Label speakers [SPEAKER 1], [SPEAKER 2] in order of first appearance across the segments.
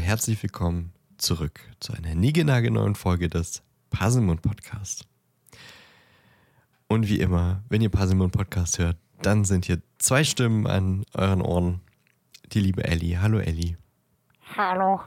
[SPEAKER 1] herzlich willkommen zurück zu einer niegelnagelneuen Folge des Parsimon Podcast. Und wie immer, wenn ihr Parsimon Podcast hört, dann sind hier zwei Stimmen an euren Ohren. Die liebe Elli. Hallo Elli.
[SPEAKER 2] Hallo.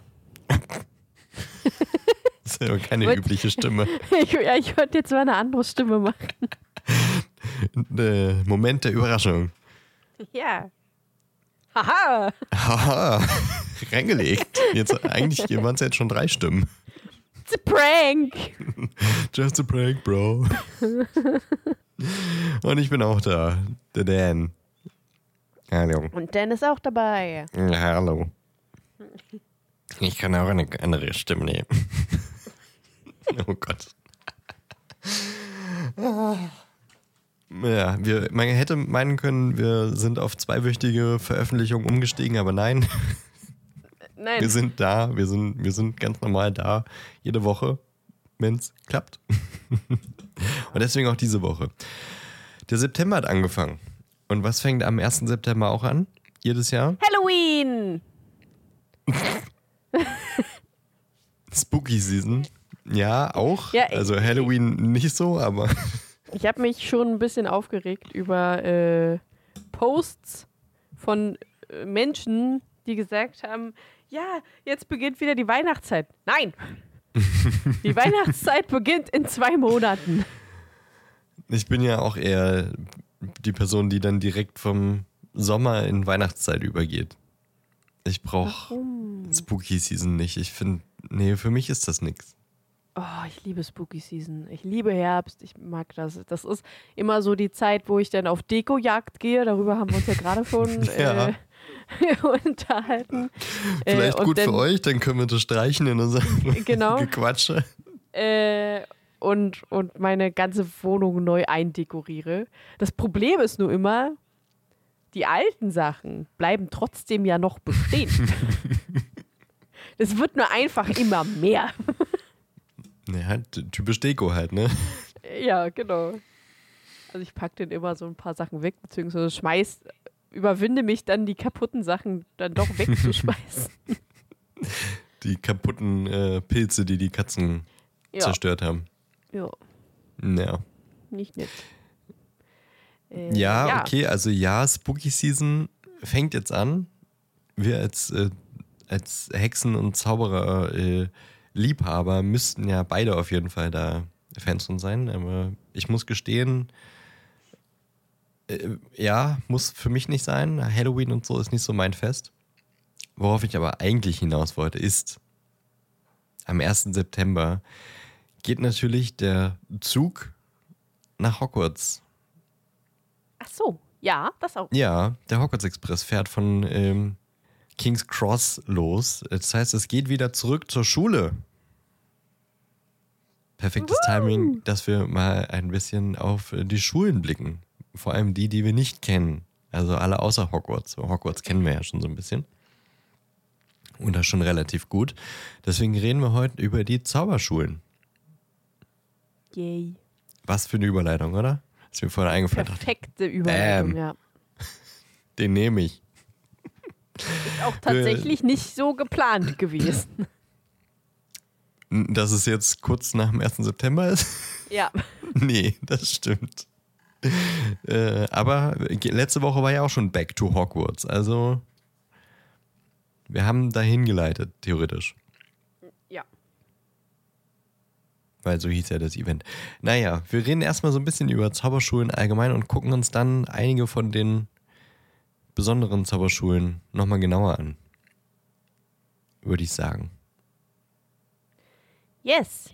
[SPEAKER 1] Das ist ja keine übliche Stimme.
[SPEAKER 2] Ich wollte jetzt mal eine andere Stimme machen.
[SPEAKER 1] Moment der Überraschung.
[SPEAKER 2] Ja. Haha.
[SPEAKER 1] Haha, reingelegt. Eigentlich waren es jetzt schon 3 Stimmen.
[SPEAKER 2] It's a prank.
[SPEAKER 1] Just a prank, bro. Und ich bin auch da, der Dan. Hallo.
[SPEAKER 2] Und Dan ist auch dabei.
[SPEAKER 1] Ja, hallo. Ich kann auch eine andere Stimme nehmen. Oh Gott. Ja, man hätte meinen können, wir sind auf 2-wöchige Veröffentlichungen umgestiegen, aber nein.
[SPEAKER 2] Nein.
[SPEAKER 1] Wir sind da, wir sind ganz normal da, jede Woche, wenn es klappt. Und deswegen auch diese Woche. Der September hat angefangen. Und was fängt am 1. September auch an? Jedes Jahr?
[SPEAKER 2] Halloween.
[SPEAKER 1] Spooky Season. Ja, auch.
[SPEAKER 2] Ja,
[SPEAKER 1] also Halloween nicht so, aber...
[SPEAKER 2] Ich habe mich schon ein bisschen aufgeregt über Posts von Menschen, die gesagt haben, ja, jetzt beginnt wieder die Weihnachtszeit. Nein! Die Weihnachtszeit beginnt in 2 Monaten.
[SPEAKER 1] Ich bin ja auch eher die Person, die dann direkt vom Sommer in Weihnachtszeit übergeht. Ich brauche Spooky Season nicht. Ich finde, nee, für mich ist das nichts.
[SPEAKER 2] Oh, ich liebe Spooky Season. Ich liebe Herbst. Ich mag das. Das ist immer so die Zeit, wo ich dann auf Dekojagd gehe. Darüber haben wir uns ja gerade schon unterhalten.
[SPEAKER 1] Vielleicht gut dann, für euch, dann können wir das streichen in unserem Gequatsche.
[SPEAKER 2] Und meine ganze Wohnung neu eindekoriere. Das Problem ist nur immer, die alten Sachen bleiben trotzdem ja noch bestehen. Es wird nur einfach immer mehr.
[SPEAKER 1] Ja, typisch Deko halt, ne?
[SPEAKER 2] Ja, genau. Also ich packe dann immer so ein paar Sachen weg, beziehungsweise überwinde mich dann, die kaputten Sachen dann doch wegzuschmeißen.
[SPEAKER 1] Die kaputten Pilze, die Katzen zerstört haben.
[SPEAKER 2] Ja.
[SPEAKER 1] Ja.
[SPEAKER 2] Nicht nett.
[SPEAKER 1] Ja, okay, also ja, Spooky Season fängt jetzt an. Wir als Hexen und Zauberer Liebhaber müssten ja beide auf jeden Fall da Fans von sein, aber ich muss gestehen, muss für mich nicht sein. Halloween und so ist nicht so mein Fest. Worauf ich aber eigentlich hinaus wollte, ist, am 1. September geht natürlich der Zug nach Hogwarts.
[SPEAKER 2] Ach so, ja, das auch.
[SPEAKER 1] Ja, der Hogwarts Express fährt von King's Cross los. Das heißt, es geht wieder zurück zur Schule. Perfektes Timing, dass wir mal ein bisschen auf die Schulen blicken. Vor allem die wir nicht kennen. Also alle außer Hogwarts. Hogwarts kennen wir ja schon so ein bisschen. Und das schon relativ gut. Deswegen reden wir heute über die Zauberschulen.
[SPEAKER 2] Yay.
[SPEAKER 1] Was für eine Überleitung, oder? Ist mir vorhin eingefallen.
[SPEAKER 2] Perfekte Überleitung, ja.
[SPEAKER 1] Den nehme ich.
[SPEAKER 2] Ist auch tatsächlich nicht so geplant gewesen.
[SPEAKER 1] Dass es jetzt kurz nach dem 1. September ist?
[SPEAKER 2] Ja.
[SPEAKER 1] Nee, das stimmt. Aber letzte Woche war ja auch schon Back to Hogwarts. Also wir haben dahin geleitet, theoretisch.
[SPEAKER 2] Ja.
[SPEAKER 1] Weil so hieß ja das Event. Naja, wir reden erstmal so ein bisschen über Zauberschulen allgemein und gucken uns dann einige von den besonderen Zauberschulen nochmal genauer an. Würde ich sagen.
[SPEAKER 2] Yes.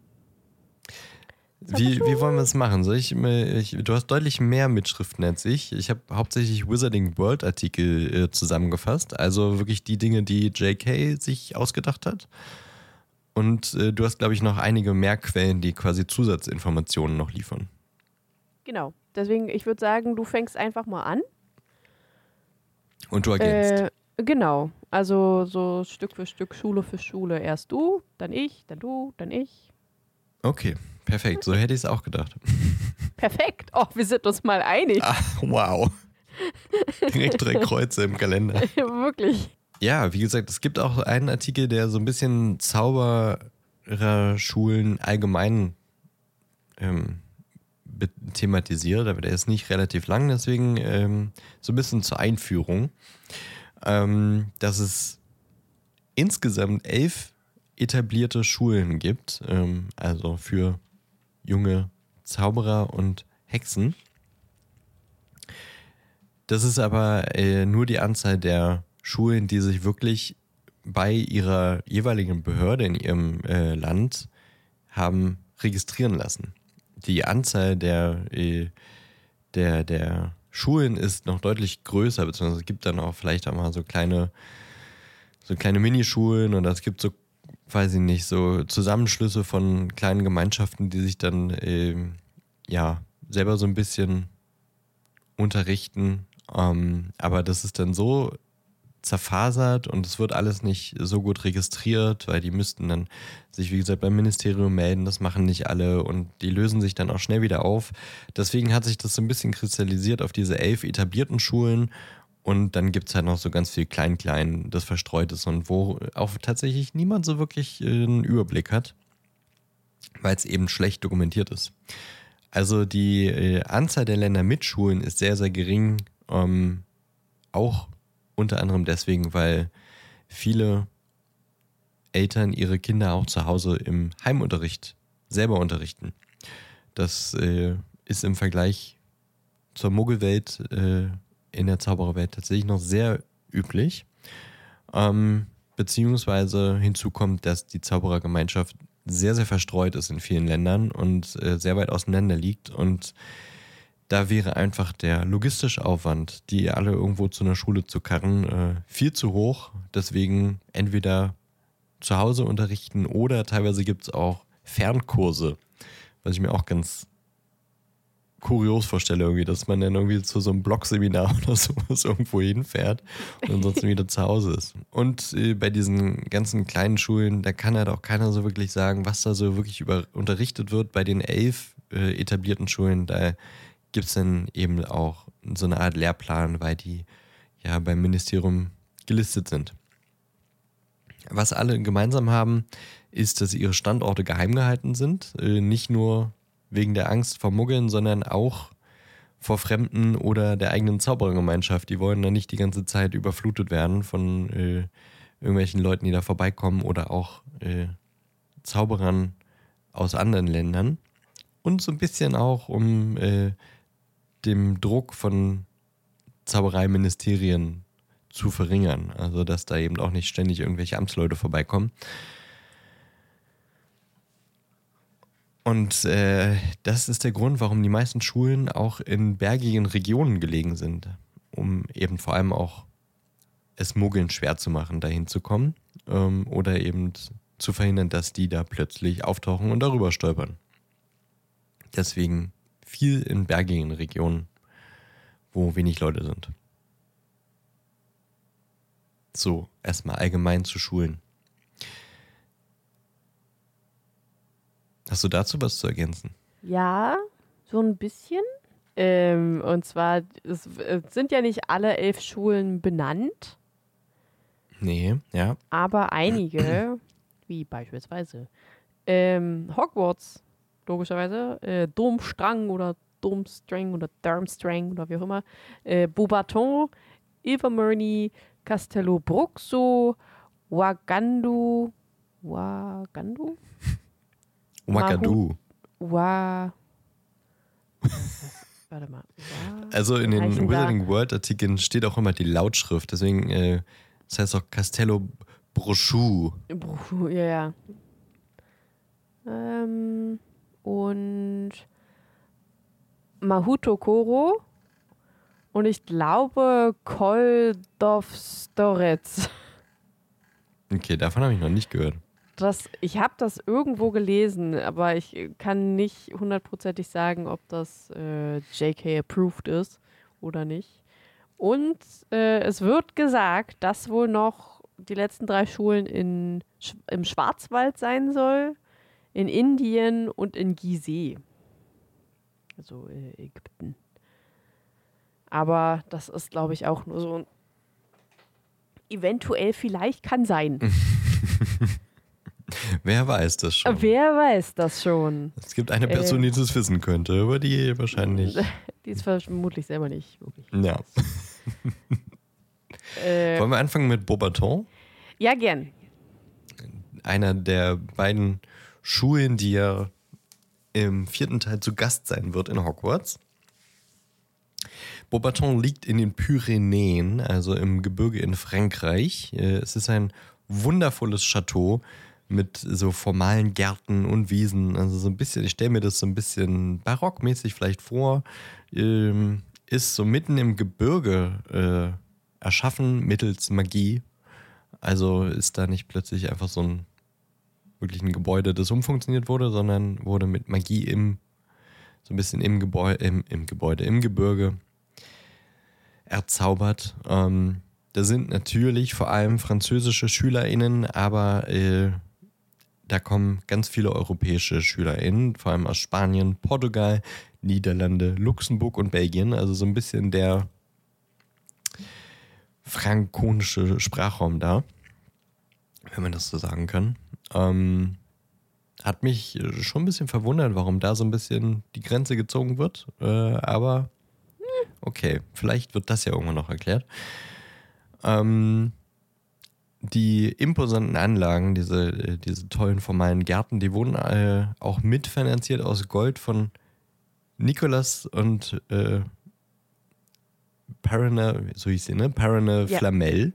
[SPEAKER 1] Wie wollen wir es machen? Du hast deutlich mehr Mitschriften als ich. Ich habe hauptsächlich Wizarding World Artikel zusammengefasst. Also wirklich die Dinge, die JK sich ausgedacht hat. Und du hast, glaube ich, noch einige mehr Quellen, die quasi Zusatzinformationen noch liefern.
[SPEAKER 2] Genau. Deswegen, ich würde sagen, du fängst einfach mal an.
[SPEAKER 1] Und du ergänzt.
[SPEAKER 2] Genau. Also so Stück für Stück, Schule für Schule. Erst du, dann ich, dann du, dann ich.
[SPEAKER 1] Okay, perfekt. So hätte ich es auch gedacht.
[SPEAKER 2] Perfekt. Oh, wir sind uns mal einig.
[SPEAKER 1] Ach, wow. Direkt 3 Kreuze im Kalender.
[SPEAKER 2] Wirklich.
[SPEAKER 1] Ja, wie gesagt, es gibt auch einen Artikel, der so ein bisschen Zaubererschulen allgemein thematisiert, aber der ist nicht relativ lang, deswegen so ein bisschen zur Einführung, dass es insgesamt 11 etablierte Schulen gibt, also für junge Zauberer und Hexen. Das ist aber nur die Anzahl der Schulen, die sich wirklich bei ihrer jeweiligen Behörde in ihrem Land haben registrieren lassen. Die Anzahl der Schulen ist noch deutlich größer, beziehungsweise es gibt dann auch vielleicht auch mal so kleine Minischulen oder es gibt so, weiß ich nicht, so Zusammenschlüsse von kleinen Gemeinschaften, die sich dann selber so ein bisschen unterrichten. Aber das ist dann so zerfasert und es wird alles nicht so gut registriert, weil die müssten dann sich, wie gesagt, beim Ministerium melden. Das machen nicht alle und die lösen sich dann auch schnell wieder auf. Deswegen hat sich das so ein bisschen kristallisiert auf diese 11 etablierten Schulen und dann gibt es halt noch so ganz viel Klein-Klein, das verstreut ist und wo auch tatsächlich niemand so wirklich einen Überblick hat, weil es eben schlecht dokumentiert ist. Also die Anzahl der Länder mit Schulen ist sehr, sehr gering, auch unter anderem deswegen, weil viele Eltern ihre Kinder auch zu Hause im Heimunterricht selber unterrichten. Das ist im Vergleich zur Muggelwelt in der Zaubererwelt tatsächlich noch sehr üblich. Beziehungsweise hinzu kommt, dass die Zauberergemeinschaft sehr, sehr verstreut ist in vielen Ländern und sehr weit auseinander liegt und da wäre einfach der logistische Aufwand, die alle irgendwo zu einer Schule zu karren, viel zu hoch. Deswegen entweder zu Hause unterrichten oder teilweise gibt es auch Fernkurse, was ich mir auch ganz kurios vorstelle irgendwie, dass man dann irgendwie zu so einem Blogseminar oder sowas irgendwo hinfährt und ansonsten wieder zu Hause ist. Und bei diesen ganzen kleinen Schulen, da kann halt auch keiner so wirklich sagen, was da so wirklich unterrichtet wird. Bei den 11 etablierten Schulen, da gibt es dann eben auch so eine Art Lehrplan, weil die ja beim Ministerium gelistet sind. Was alle gemeinsam haben, ist, dass ihre Standorte geheim gehalten sind. Nicht nur wegen der Angst vor Muggeln, sondern auch vor Fremden oder der eigenen Zauberergemeinschaft. Die wollen dann nicht die ganze Zeit überflutet werden von irgendwelchen Leuten, die da vorbeikommen oder auch Zauberern aus anderen Ländern. Und so ein bisschen auch, um dem Druck von Zaubereiministerien zu verringern. Also, dass da eben auch nicht ständig irgendwelche Amtsleute vorbeikommen. Und das ist der Grund, warum die meisten Schulen auch in bergigen Regionen gelegen sind, um eben vor allem auch es Muggeln schwer zu machen, dahin zu kommen oder eben zu verhindern, dass die da plötzlich auftauchen und darüber stolpern. Deswegen viel in bergigen Regionen, wo wenig Leute sind. So, erstmal allgemein zu Schulen. Hast du dazu was zu ergänzen?
[SPEAKER 2] Ja, so ein bisschen. Und zwar, es sind ja nicht alle 11 Schulen benannt,
[SPEAKER 1] Nee, ja.
[SPEAKER 2] aber einige, wie beispielsweise Hogwarts, logischerweise, Domstrang oder Domstrang oder Durmstrang oder wie auch immer, Beauxbaton, Ilvermorny, Castello Bruxo, Wagandu?
[SPEAKER 1] Wakadu.
[SPEAKER 2] Warte mal.
[SPEAKER 1] Also in den Wizarding World Artikeln steht auch immer die Lautschrift, deswegen das heißt auch Castello Brochu.
[SPEAKER 2] Ja. Und Mahuto Koro und ich glaube Koldovstorets.
[SPEAKER 1] Okay, davon habe ich noch nicht gehört.
[SPEAKER 2] Ich habe das irgendwo gelesen, aber ich kann nicht hundertprozentig sagen, ob das JK-approved ist oder nicht. Und es wird gesagt, dass wohl noch die letzten 3 Schulen im Schwarzwald sein soll, in Indien und in Gizeh. Also Ägypten. Aber das ist, glaube ich, auch nur so ein Eventuell, vielleicht, kann sein.
[SPEAKER 1] Wer weiß das schon?
[SPEAKER 2] Wer weiß das schon?
[SPEAKER 1] Es gibt eine Person, die das wissen könnte, aber die wahrscheinlich.
[SPEAKER 2] Die ist vermutlich selber nicht wirklich.
[SPEAKER 1] Ja. Wollen wir anfangen mit Beauxbaton?
[SPEAKER 2] Ja, gern.
[SPEAKER 1] Einer der beiden Schulen, die ja im 4. Teil zu Gast sein wird in Hogwarts. Beauxbaton liegt in den Pyrenäen, also im Gebirge in Frankreich. Es ist ein wundervolles Chateau mit so formalen Gärten und Wiesen. Also so ein bisschen, ich stelle mir das so ein bisschen barockmäßig vielleicht vor. Ist so mitten im Gebirge erschaffen mittels Magie. Also ist da nicht plötzlich einfach so ein wirklich ein Gebäude, das umfunktioniert wurde, sondern wurde mit Magie so ein bisschen im Gebirge erzaubert. Da sind natürlich vor allem französische SchülerInnen, aber da kommen ganz viele europäische SchülerInnen, vor allem aus Spanien, Portugal, Niederlande, Luxemburg und Belgien. Also so ein bisschen der frankonische Sprachraum da, wenn man das so sagen kann. Hat mich schon ein bisschen verwundert, warum da so ein bisschen die Grenze gezogen wird. Aber okay, vielleicht wird das ja irgendwann noch erklärt. Die imposanten Anlagen, diese tollen formalen Gärten, die wurden auch mitfinanziert aus Gold von Nicolas und Perrine, so hieß sie, ne? Perrine Flamel,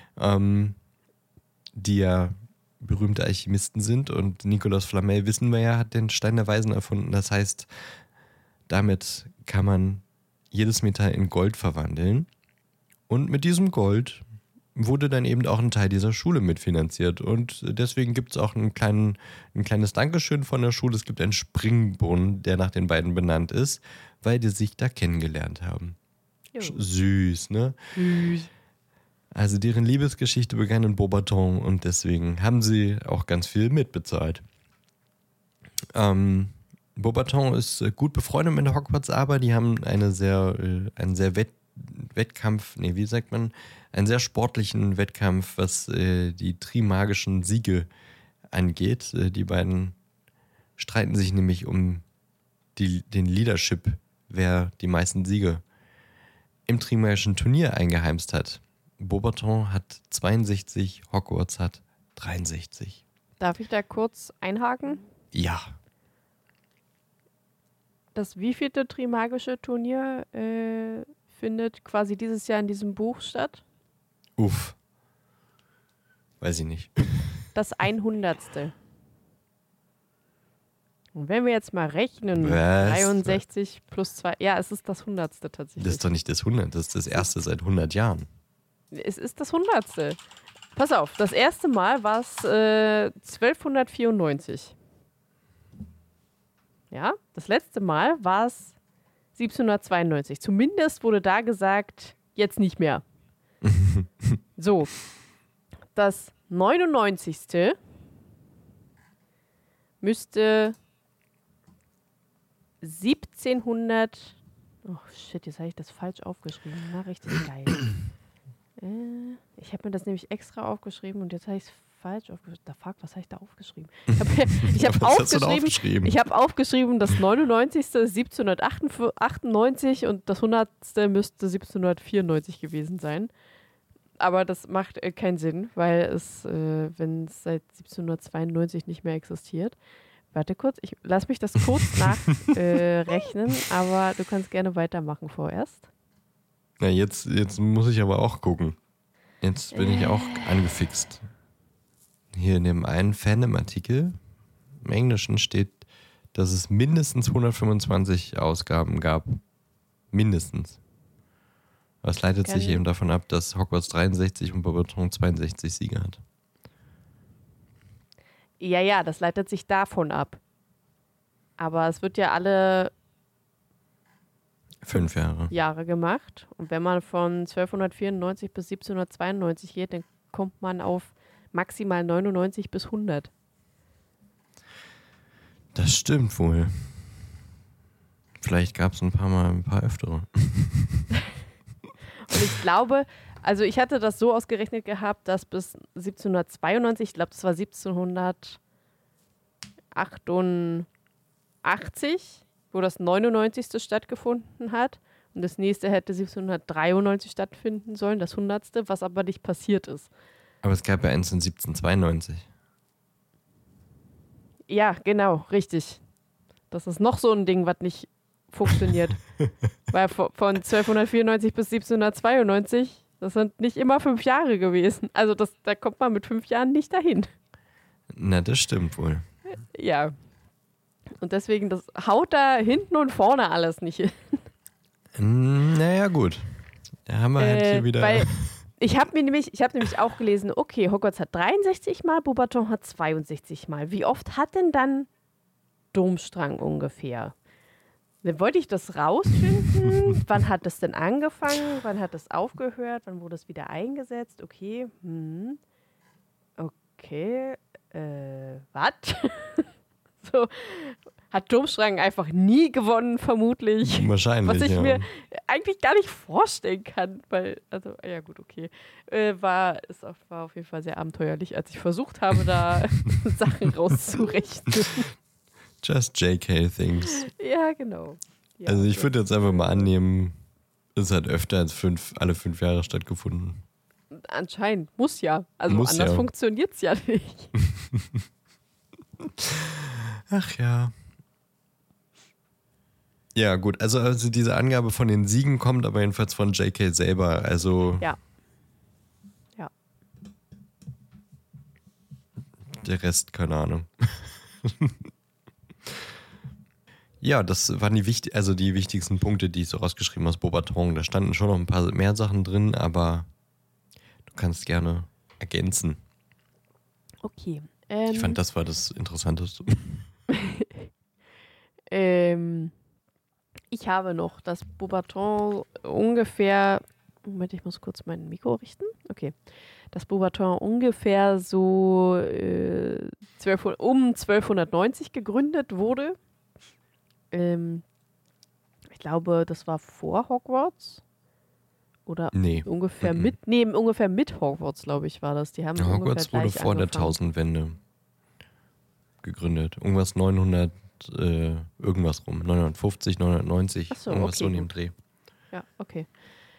[SPEAKER 1] die ja berühmte Alchemisten sind, und Nicolas Flamel, wissen wir ja, hat den Stein der Weisen erfunden. Das heißt, damit kann man jedes Metall in Gold verwandeln, und mit diesem Gold wurde dann eben auch ein Teil dieser Schule mitfinanziert, und deswegen gibt es auch ein kleines Dankeschön von der Schule. Es gibt einen Springbrunnen, der nach den beiden benannt ist, weil die sich da kennengelernt haben. Jo. Süß, ne? Süß. Also deren Liebesgeschichte begann in Beauxbaton, und deswegen haben sie auch ganz viel mitbezahlt. Beauxbaton ist gut befreundet mit Hogwarts, aber die haben einen sehr sportlichen Wettkampf, was die trimagischen Siege angeht. Die beiden streiten sich nämlich um den Leadership, wer die meisten Siege im trimagischen Turnier eingeheimst hat. Beauxbaton hat 62, Hogwarts hat 63.
[SPEAKER 2] Darf ich da kurz einhaken?
[SPEAKER 1] Ja.
[SPEAKER 2] Das wievielte Trimagische Turnier findet quasi dieses Jahr in diesem Buch statt?
[SPEAKER 1] Uff. Weiß ich nicht.
[SPEAKER 2] Das 100. Und wenn wir jetzt mal rechnen,
[SPEAKER 1] was?
[SPEAKER 2] 63 plus 2, ja, es ist das 100. tatsächlich.
[SPEAKER 1] Das ist doch nicht das 100, das ist das erste seit 100 Jahren.
[SPEAKER 2] Es ist das 100. Pass auf, das erste Mal war es 1294. Ja, das letzte Mal war es 1792. Zumindest wurde da gesagt, jetzt nicht mehr. So, das 99. müsste 1700... Oh shit, jetzt habe ich das falsch aufgeschrieben. Na, richtig geil. Ich habe mir das nämlich extra aufgeschrieben und jetzt habe ich es falsch aufgeschrieben. Was habe ich da aufgeschrieben? Ich habe aufgeschrieben, das 99. ist 1798 und das 100. müsste 1794 gewesen sein. Aber das macht keinen Sinn, weil es, wenn es seit 1792 nicht mehr existiert. Warte kurz, lass mich das kurz nachrechnen, aber du kannst gerne weitermachen vorerst.
[SPEAKER 1] Na, jetzt muss ich aber auch gucken. Jetzt bin ich auch angefixt. Hier in dem einen Fandom-Artikel im Englischen steht, dass es mindestens 125 Ausgaben gab. Mindestens. Das leitet sich eben davon ab, dass Hogwarts 63 und Beauxbaton 62 Siege hat.
[SPEAKER 2] Ja, das leitet sich davon ab. Aber es wird ja alle
[SPEAKER 1] 5
[SPEAKER 2] Jahre gemacht. Und wenn man von 1294 bis 1792 geht, dann kommt man auf maximal 99 bis 100.
[SPEAKER 1] Das stimmt wohl. Vielleicht gab es ein paar öftere.
[SPEAKER 2] Und ich glaube, also ich hatte das so ausgerechnet gehabt, dass bis 1792, ich glaube, das war 1788, wo das 99. stattgefunden hat. Und das nächste hätte 1793 stattfinden sollen, das 100., was aber nicht passiert ist.
[SPEAKER 1] Aber es gab ja eins in 1792.
[SPEAKER 2] Ja, genau, richtig. Das ist noch so ein Ding, was nicht funktioniert. Weil von 1294 bis 1792, das sind nicht immer 5 Jahre gewesen. Also da kommt man mit 5 Jahren nicht dahin.
[SPEAKER 1] Na, das stimmt wohl.
[SPEAKER 2] Ja. Und deswegen, das haut da hinten und vorne alles nicht hin.
[SPEAKER 1] Naja, gut. Da haben wir halt hier wieder...
[SPEAKER 2] Weil ich habe nämlich auch gelesen, okay, Hogwarts hat 63 Mal, Beauxbaton hat 62 Mal. Wie oft hat denn dann Durmstrang ungefähr? Dann wollte ich das rausfinden. Wann hat das denn angefangen? Wann hat das aufgehört? Wann wurde es wieder eingesetzt? Okay. Okay. Was? So. Hat Durmstrang einfach nie gewonnen, vermutlich.
[SPEAKER 1] Wahrscheinlich,
[SPEAKER 2] was ich mir eigentlich gar nicht vorstellen kann, weil, also, ja gut, okay. War auf jeden Fall sehr abenteuerlich, als ich versucht habe, da Sachen rauszurechnen.
[SPEAKER 1] Just JK things.
[SPEAKER 2] Ja, genau. Ja,
[SPEAKER 1] also ich würde jetzt einfach mal annehmen, es hat öfter als alle 5 Jahre stattgefunden.
[SPEAKER 2] Anscheinend. Muss ja. Also
[SPEAKER 1] muss
[SPEAKER 2] anders
[SPEAKER 1] ja.
[SPEAKER 2] funktioniert es ja nicht.
[SPEAKER 1] Ach ja. Ja, gut. Also diese Angabe von den Siegen kommt aber jedenfalls von JK selber. Also.
[SPEAKER 2] Ja.
[SPEAKER 1] Der Rest, keine Ahnung. Ja, das waren die wichtigsten Punkte, die ich so rausgeschrieben habe aus Beauxbaton. Da standen schon noch ein paar mehr Sachen drin, aber du kannst gerne ergänzen.
[SPEAKER 2] Okay.
[SPEAKER 1] Ich fand, das war das Interessanteste.
[SPEAKER 2] Ich habe noch das Beauxbaton ungefähr. Moment, ich muss kurz mein Mikro richten. Okay. Das Beauxbaton ungefähr so um 1290 gegründet wurde. Ich glaube, das war vor Hogwarts. Oder ungefähr ungefähr mit Hogwarts, glaube ich, war das. Die haben
[SPEAKER 1] Hogwarts wurde vor der Tausendwende gegründet. Irgendwas 900, irgendwas rum. 950, 990, irgendwas so in dem Dreh.
[SPEAKER 2] Ja, okay.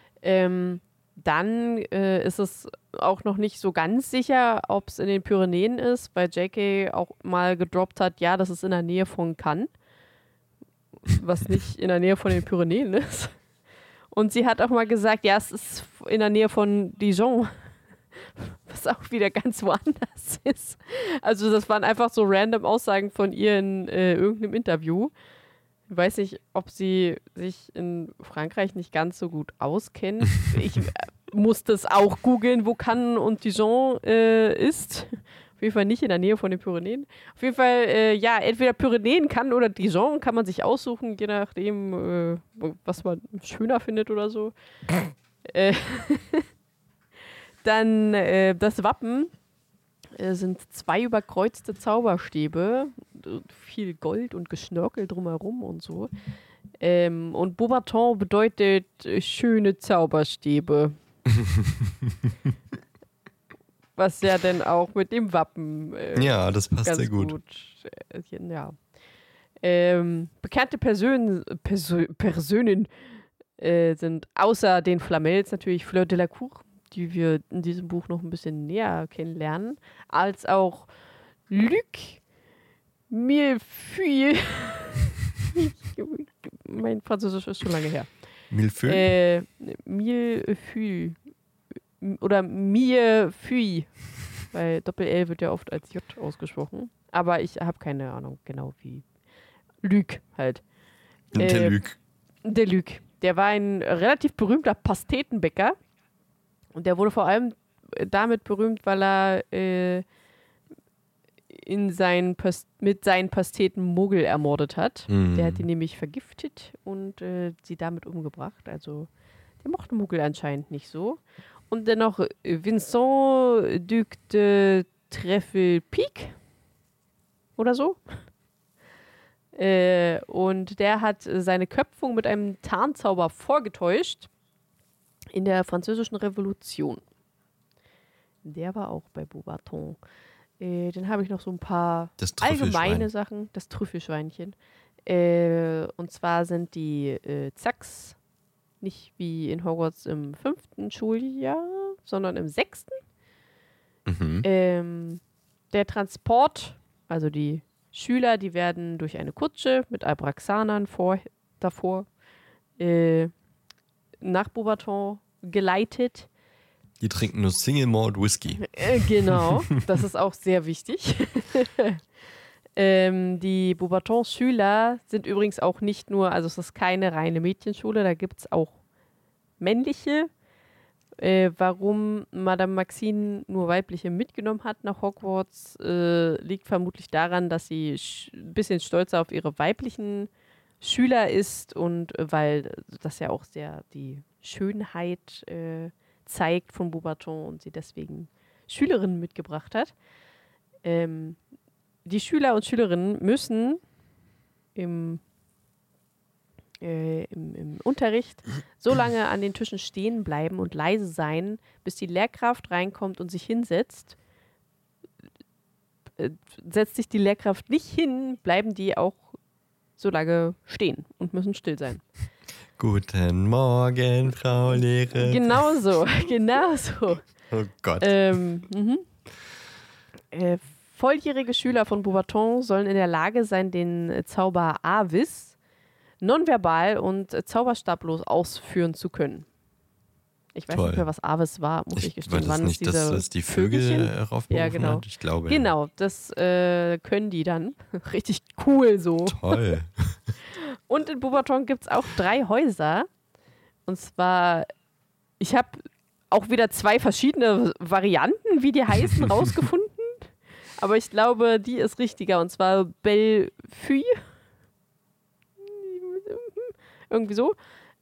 [SPEAKER 2] Dann ist es auch noch nicht so ganz sicher, ob es in den Pyrenäen ist, weil JK auch mal gedroppt hat, ja, das ist in der Nähe von Cannes, was nicht in der Nähe von den Pyrenäen ist. Und sie hat auch mal gesagt, ja, es ist in der Nähe von Dijon, was auch wieder ganz woanders ist. Also das waren einfach so random Aussagen von ihr in irgendeinem Interview. Ich weiß nicht, ob sie sich in Frankreich nicht ganz so gut auskennt. Ich musste es auch googeln, wo Cannes und Dijon ist. Auf jeden Fall nicht in der Nähe von den Pyrenäen. Auf jeden Fall, ja, entweder Pyrenäen kann oder Dijon kann man sich aussuchen, je nachdem, was man schöner findet oder so. Dann das Wappen sind 2 überkreuzte Zauberstäbe, viel Gold und Geschnörkel drumherum und so. Und Beauxbaton bedeutet schöne Zauberstäbe. Was ja dann auch mit dem Wappen
[SPEAKER 1] ja, das passt sehr gut.
[SPEAKER 2] Ja. Bekannte Personen sind außer den Flamels natürlich Fleur de la Cour, die wir in diesem Buch noch ein bisschen näher kennenlernen, als auch Luc Millefeuille. Mein Französisch ist schon lange her.
[SPEAKER 1] Millefeuille?
[SPEAKER 2] Millefeuille. Oder Millefeuille. Weil Doppel-L wird ja oft als J ausgesprochen. Aber ich habe keine Ahnung genau wie. Luc halt.
[SPEAKER 1] Der Luc.
[SPEAKER 2] Der Luc. Der war ein relativ berühmter Pastetenbäcker. Und der wurde vor allem damit berühmt, weil er mit seinen Pasteten Muggel ermordet hat. Der hat die nämlich vergiftet und sie damit umgebracht. Also der mochte Muggel anscheinend nicht so. Und dann noch Vincent Duc de Trèfle-Pique oder so. Und der hat seine Köpfung mit einem Tarnzauber vorgetäuscht. in der Französischen Revolution. Der war auch bei Beauxbaton. Dann habe ich noch so ein paar
[SPEAKER 1] Das
[SPEAKER 2] allgemeine
[SPEAKER 1] Trüffelschwein.
[SPEAKER 2] Sachen. Das Trüffelschweinchen. Und zwar sind die Zacks nicht wie in Hogwarts im 5. Schuljahr, sondern im 6.
[SPEAKER 1] Mhm.
[SPEAKER 2] Der Transport, also die Schüler, die werden durch eine Kutsche mit Abraxanern davor nach Beauxbaton geleitet.
[SPEAKER 1] Die trinken nur Single Malt Whisky.
[SPEAKER 2] Genau, das ist auch sehr wichtig. Die Beauxbaton-Schüler sind übrigens auch nicht nur, also es ist keine reine Mädchenschule, da gibt es auch männliche. Warum Madame Maxine nur weibliche mitgenommen hat nach Hogwarts, liegt vermutlich daran, dass sie ein bisschen stolzer auf ihre weiblichen Schüler ist und weil das ja auch sehr die Schönheit zeigt von Beauxbaton und sie deswegen Schülerinnen mitgebracht hat. Die Schüler und Schülerinnen müssen im Unterricht so lange an den Tischen stehen bleiben und leise sein, bis die Lehrkraft reinkommt und sich hinsetzt. Setzt sich die Lehrkraft nicht hin, bleiben die auch so lange stehen und müssen still sein.
[SPEAKER 1] Guten Morgen, Frau Lehrerin.
[SPEAKER 2] Genau so.
[SPEAKER 1] Oh Gott.
[SPEAKER 2] Volljährige Schüler von Beauxbaton sollen in der Lage sein, den Zauber Avis nonverbal und zauberstablos ausführen zu können. Ich weiß nicht mehr, was Avis war, muss ich gestehen.
[SPEAKER 1] War das nicht, dass das die Vögel raufberufen
[SPEAKER 2] ja, genau.
[SPEAKER 1] hat? Ich glaube.
[SPEAKER 2] Genau, das können die dann. Richtig cool so.
[SPEAKER 1] Toll.
[SPEAKER 2] Und in Beauxbaton gibt es auch 3 Häuser. Und zwar, ich habe auch wieder 2 verschiedene Varianten, wie die heißen, rausgefunden. Aber ich glaube, die ist richtiger. Und zwar Bellefeuille. Irgendwie so.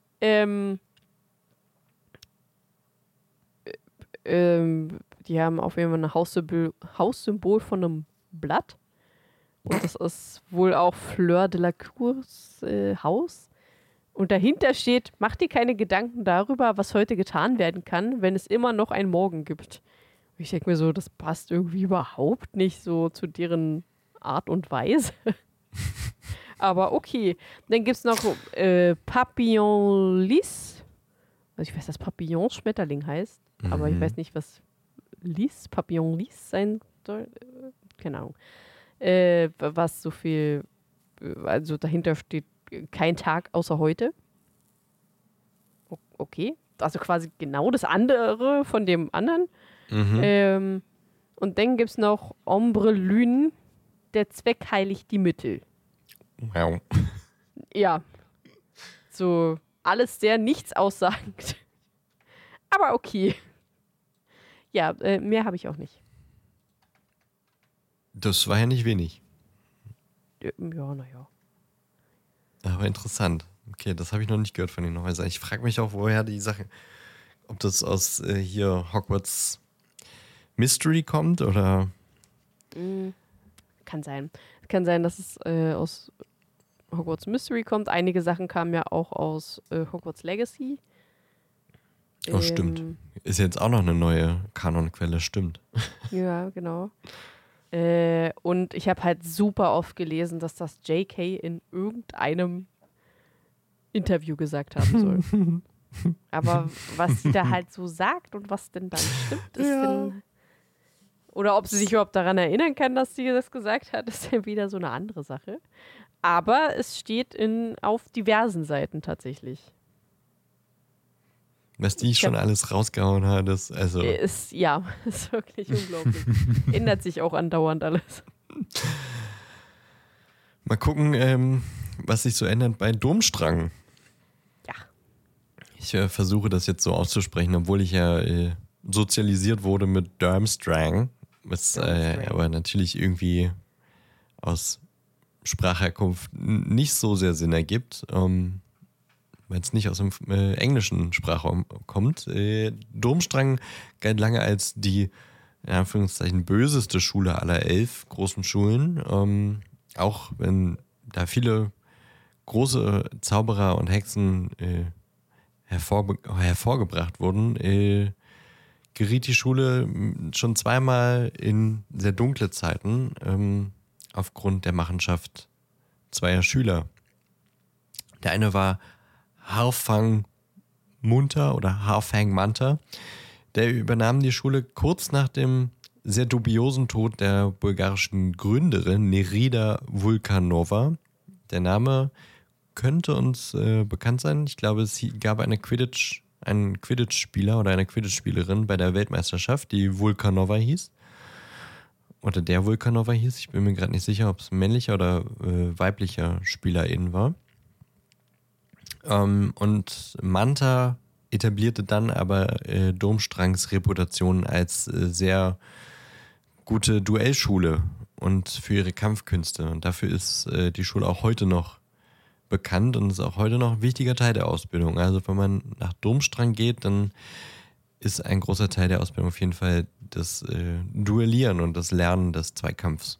[SPEAKER 2] Die haben auf jeden Fall ein Haussymbol von einem Blatt. Und das ist wohl auch Fleur de la Cours Haus. Und dahinter steht, mach dir keine Gedanken darüber, was heute getan werden kann, wenn es immer noch einen Morgen gibt. Und ich denke mir so, das passt irgendwie überhaupt nicht so zu deren Art und Weise. Aber okay. Dann gibt es noch Papillon Lys. Also ich weiß, dass Papillon Schmetterling heißt. Aber ich weiß nicht, was Papillon Lys sein soll. Keine Ahnung. Was so viel, also dahinter steht kein Tag außer heute. Okay. Also quasi genau das andere von dem anderen. Und dann gibt es noch Ombre Lune, der Zweck heiligt die Mittel.
[SPEAKER 1] Wow.
[SPEAKER 2] Ja. So alles sehr nichtssagend. Aber okay. Ja, mehr habe ich auch nicht.
[SPEAKER 1] Das war ja nicht wenig.
[SPEAKER 2] Ja, naja.
[SPEAKER 1] Aber interessant. Okay, das habe ich noch nicht gehört von den Häusern. Ich frage mich auch, woher die Sache, ob das aus hier Hogwarts Mystery kommt oder...
[SPEAKER 2] Kann sein. Es kann sein, dass es aus Hogwarts Mystery kommt. Einige Sachen kamen ja auch aus Hogwarts Legacy.
[SPEAKER 1] Oh, stimmt. Ist jetzt auch noch eine neue Kanonquelle, stimmt.
[SPEAKER 2] Ja, genau. Und ich habe halt super oft gelesen, dass das J.K. in irgendeinem Interview gesagt haben soll. Aber was sie da halt so sagt und was denn dann stimmt, ist dann... Oder ob sie sich überhaupt daran erinnern kann, dass sie das gesagt hat, ist ja wieder so eine andere Sache. Aber es steht auf diversen Seiten tatsächlich.
[SPEAKER 1] Was die schon alles rausgehauen hat, ist also...
[SPEAKER 2] ist wirklich unglaublich. Ändert sich auch andauernd alles.
[SPEAKER 1] Mal gucken, was sich so ändert bei Durmstrang.
[SPEAKER 2] Ja.
[SPEAKER 1] Ich versuche das jetzt so auszusprechen, obwohl ich ja sozialisiert wurde mit Durmstrang, was aber natürlich irgendwie aus Sprachherkunft nicht so sehr Sinn ergibt, weil es nicht aus dem englischen Sprachraum kommt. Durmstrang galt lange als die, in Anführungszeichen, böseste Schule aller 11 großen Schulen. Auch wenn da viele große Zauberer und Hexen hervorgebracht wurden, geriet die Schule schon zweimal in sehr dunkle Zeiten aufgrund der Machenschaft zweier Schüler. Der eine war Harfang Munter oder Harfang Manta. Der übernahm die Schule kurz nach dem sehr dubiosen Tod der bulgarischen Gründerin Nerida Vulkanova. Der Name könnte uns bekannt sein. Ich glaube, es gab einen Quidditch-Spieler oder eine Quidditch-Spielerin bei der Weltmeisterschaft, die Vulkanova hieß. Oder der Vulkanova hieß. Ich bin mir gerade nicht sicher, ob es männlicher oder weiblicher Spielerin war. Und Manta etablierte dann aber Durmstrangs Reputation als sehr gute Duellschule und für ihre Kampfkünste. Und dafür ist die Schule auch heute noch bekannt und ist auch heute noch ein wichtiger Teil der Ausbildung. Also wenn man nach Durmstrang geht, dann ist ein großer Teil der Ausbildung auf jeden Fall das Duellieren und das Lernen des Zweikampfs.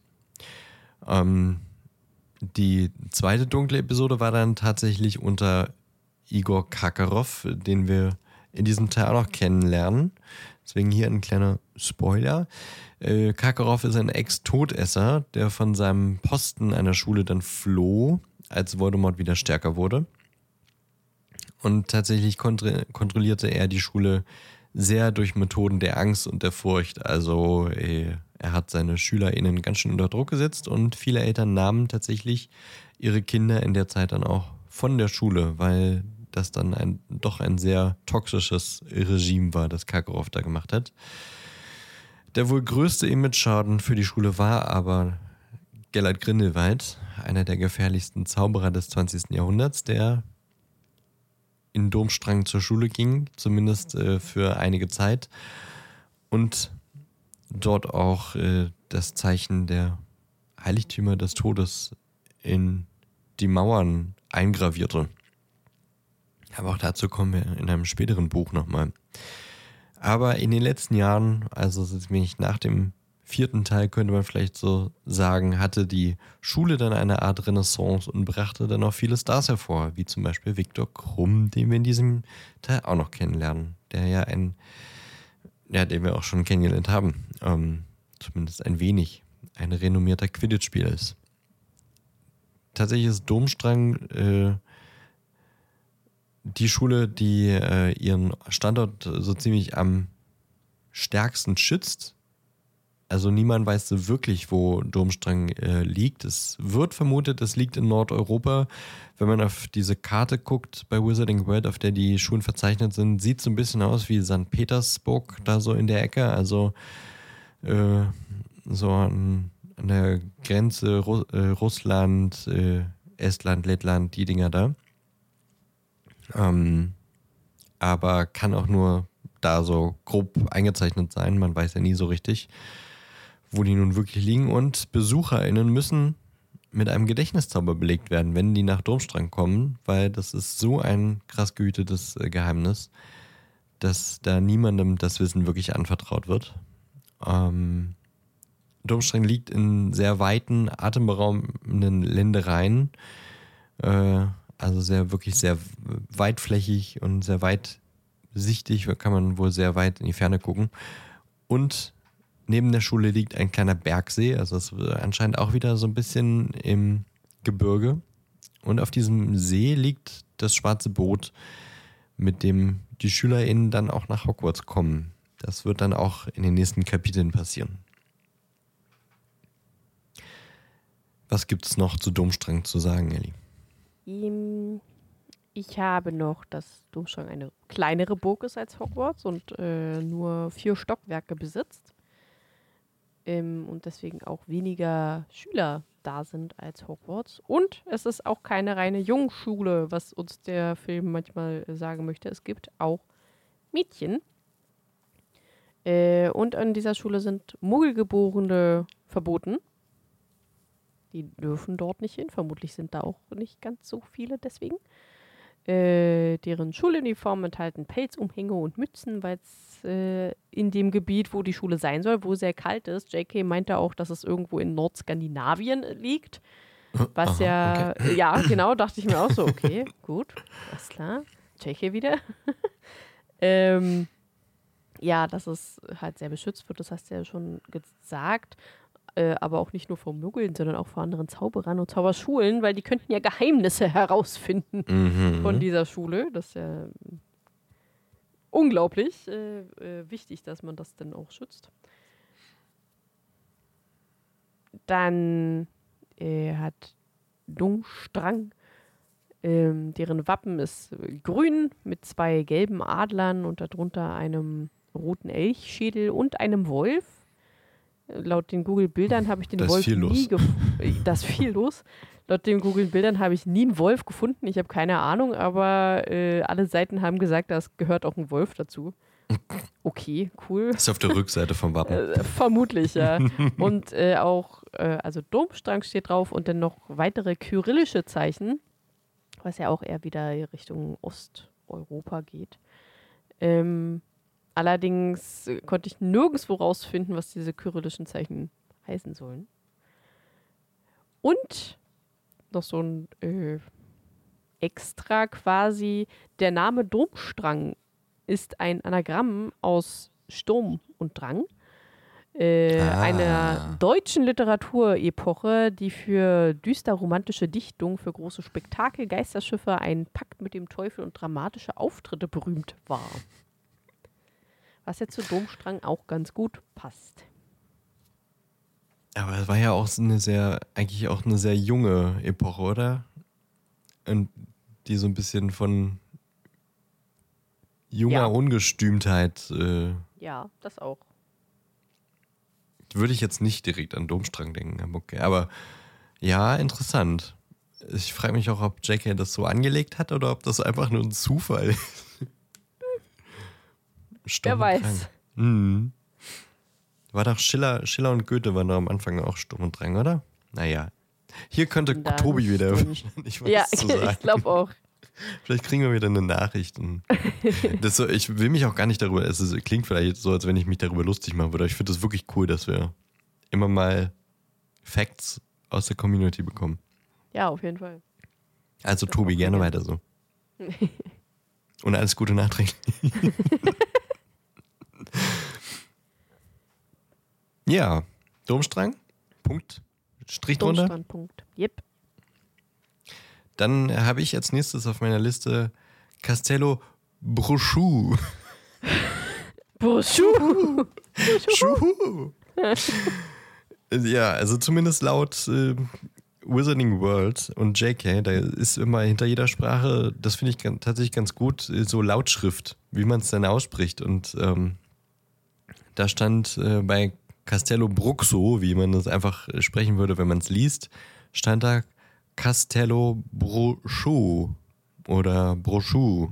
[SPEAKER 1] Die zweite dunkle Episode war dann tatsächlich unter Igor Karkaroff, den wir in diesem Teil auch noch kennenlernen. Deswegen hier ein kleiner Spoiler. Karkaroff ist ein Ex-Todesser, der von seinem Posten an der Schule dann floh, als Voldemort wieder stärker wurde. Und tatsächlich kontrollierte er die Schule sehr durch Methoden der Angst und der Furcht. Also er hat seine SchülerInnen ganz schön unter Druck gesetzt und viele Eltern nahmen tatsächlich ihre Kinder in der Zeit dann auch von der Schule, weil das dann doch ein sehr toxisches Regime war, das Karkaroff da gemacht hat. Der wohl größte Image-Schaden für die Schule war aber Gellert Grindelwald, einer der gefährlichsten Zauberer des 20. Jahrhunderts, der in Durmstrang zur Schule ging, zumindest für einige Zeit, und dort auch das Zeichen der Heiligtümer des Todes in die Mauern eingravierte. Aber auch dazu kommen wir in einem späteren Buch nochmal. Aber in den letzten Jahren, also nach dem 4. Teil könnte man vielleicht so sagen, hatte die Schule dann eine Art Renaissance und brachte dann auch viele Stars hervor, wie zum Beispiel Viktor Krumm, den wir in diesem Teil auch noch kennenlernen, den wir auch schon kennengelernt haben, zumindest ein wenig, ein renommierter Quidditch-Spieler ist. Tatsächlich ist Durmstrang die Schule, die ihren Standort so ziemlich am stärksten schützt. Also niemand weiß so wirklich, wo Durmstrang liegt. Es wird vermutet, es liegt in Nordeuropa. Wenn man auf diese Karte guckt bei Wizarding World, auf der die Schulen verzeichnet sind, sieht es so ein bisschen aus wie St. Petersburg, da so in der Ecke. Also so an der Grenze Russland, Estland, Lettland, die Dinger da. Aber kann auch nur da so grob eingezeichnet sein. Man weiß ja nie so richtig, wo die nun wirklich liegen. Und BesucherInnen müssen mit einem Gedächtniszauber belegt werden, wenn die nach Durmstrang kommen, weil das ist so ein krass gehütetes Geheimnis, dass da niemandem das Wissen wirklich anvertraut wird. Durmstrang liegt in sehr weiten, atemberaubenden Ländereien, also wirklich sehr weitflächig und sehr weitsichtig, kann man wohl sehr weit in die Ferne gucken. Und neben der Schule liegt ein kleiner Bergsee, also es ist anscheinend auch wieder so ein bisschen im Gebirge. Und auf diesem See liegt das schwarze Boot, mit dem die SchülerInnen dann auch nach Hogwarts kommen. Das wird dann auch in den nächsten Kapiteln passieren. Was gibt es noch zu Durmstrang zu sagen, Elli?
[SPEAKER 2] Ich habe noch, dass Durmstrang eine kleinere Burg ist als Hogwarts und nur 4 Stockwerke besitzt. Und deswegen auch weniger Schüler da sind als Hogwarts. Und es ist auch keine reine Jungschule, was uns der Film manchmal sagen möchte. Es gibt auch Mädchen. Und an dieser Schule sind Muggelgeborene verboten. Die dürfen dort nicht hin. Vermutlich sind da auch nicht ganz so viele deswegen. Deren Schuluniformen enthalten Pelzumhänge und Mützen, weil es in dem Gebiet, wo die Schule sein soll, wo sehr kalt ist. J.K. meinte auch, dass es irgendwo in Nordskandinavien liegt. Was okay. Ja, genau, dachte ich mir auch so, okay, gut, alles klar. JK wieder. Ja, dass es halt sehr beschützt wird, das hast du ja schon gesagt. Aber auch nicht nur vor Muggeln, sondern auch vor anderen Zauberern und Zauberschulen, weil die könnten ja Geheimnisse herausfinden von dieser Schule. Das ist ja unglaublich wichtig, dass man das dann auch schützt. Dann hat Durmstrang, deren Wappen ist grün mit 2 gelben Adlern und darunter einem roten Elchschädel und einem Wolf. Laut den Google-Bildern habe ich den Wolf nie gefunden. Da ist viel los. Laut den Google-Bildern habe ich nie einen Wolf gefunden. Ich habe keine Ahnung, aber alle Seiten haben gesagt, da gehört auch ein Wolf dazu. Okay, cool.
[SPEAKER 1] Das ist auf der Rückseite vom Wappen.
[SPEAKER 2] Vermutlich, ja. Und auch, also Durmstrang steht drauf und dann noch weitere kyrillische Zeichen, was ja auch eher wieder Richtung Osteuropa geht. Allerdings konnte ich nirgendwo rausfinden, was diese kyrillischen Zeichen heißen sollen. Und noch so ein Extra quasi, der Name Durmstrang ist ein Anagramm aus Sturm und Drang. Einer deutschen Literaturepoche, die für düster romantische Dichtung, für große Spektakel, Geisterschiffe, einen Pakt mit dem Teufel und dramatische Auftritte berühmt war. Was jetzt zu Durmstrang auch ganz gut passt.
[SPEAKER 1] Aber es war ja auch eigentlich auch eine sehr junge Epoche, oder? Und die so ein bisschen von junger Ungestümtheit.
[SPEAKER 2] Ja, das auch.
[SPEAKER 1] Würde ich jetzt nicht direkt an Durmstrang denken, okay. Aber ja, interessant. Ich frage mich auch, ob JK das so angelegt hat oder ob das einfach nur ein Zufall ist.
[SPEAKER 2] Wer weiß.
[SPEAKER 1] War doch Schiller und Goethe waren doch am Anfang auch Sturm und Drang, oder? Naja. Hier könnte Tobi wieder wahrscheinlich was zu sagen.
[SPEAKER 2] Ich glaube auch.
[SPEAKER 1] Vielleicht kriegen wir wieder eine Nachricht. Ich will mich auch gar nicht darüber, es klingt vielleicht so, als wenn ich mich darüber lustig machen würde, aber ich finde es wirklich cool, dass wir immer mal Facts aus der Community bekommen.
[SPEAKER 2] Ja, auf jeden Fall.
[SPEAKER 1] Also Tobi, gerne weiter so. Und alles Gute nachträglich. Ja, Durmstrang, Punkt, Strich drunter.
[SPEAKER 2] Durmstrang, Punkt, yep.
[SPEAKER 1] Dann habe ich als nächstes auf meiner Liste Castello Brochu.
[SPEAKER 2] Brochu.
[SPEAKER 1] Ja, also zumindest laut Wizarding World und JK, da ist immer hinter jeder Sprache, das finde ich tatsächlich ganz gut, so Lautschrift, wie man es dann ausspricht. Und da stand bei Castello Bruxo, wie man das einfach sprechen würde, wenn man es liest, stand da Castello Brochu oder Brochu.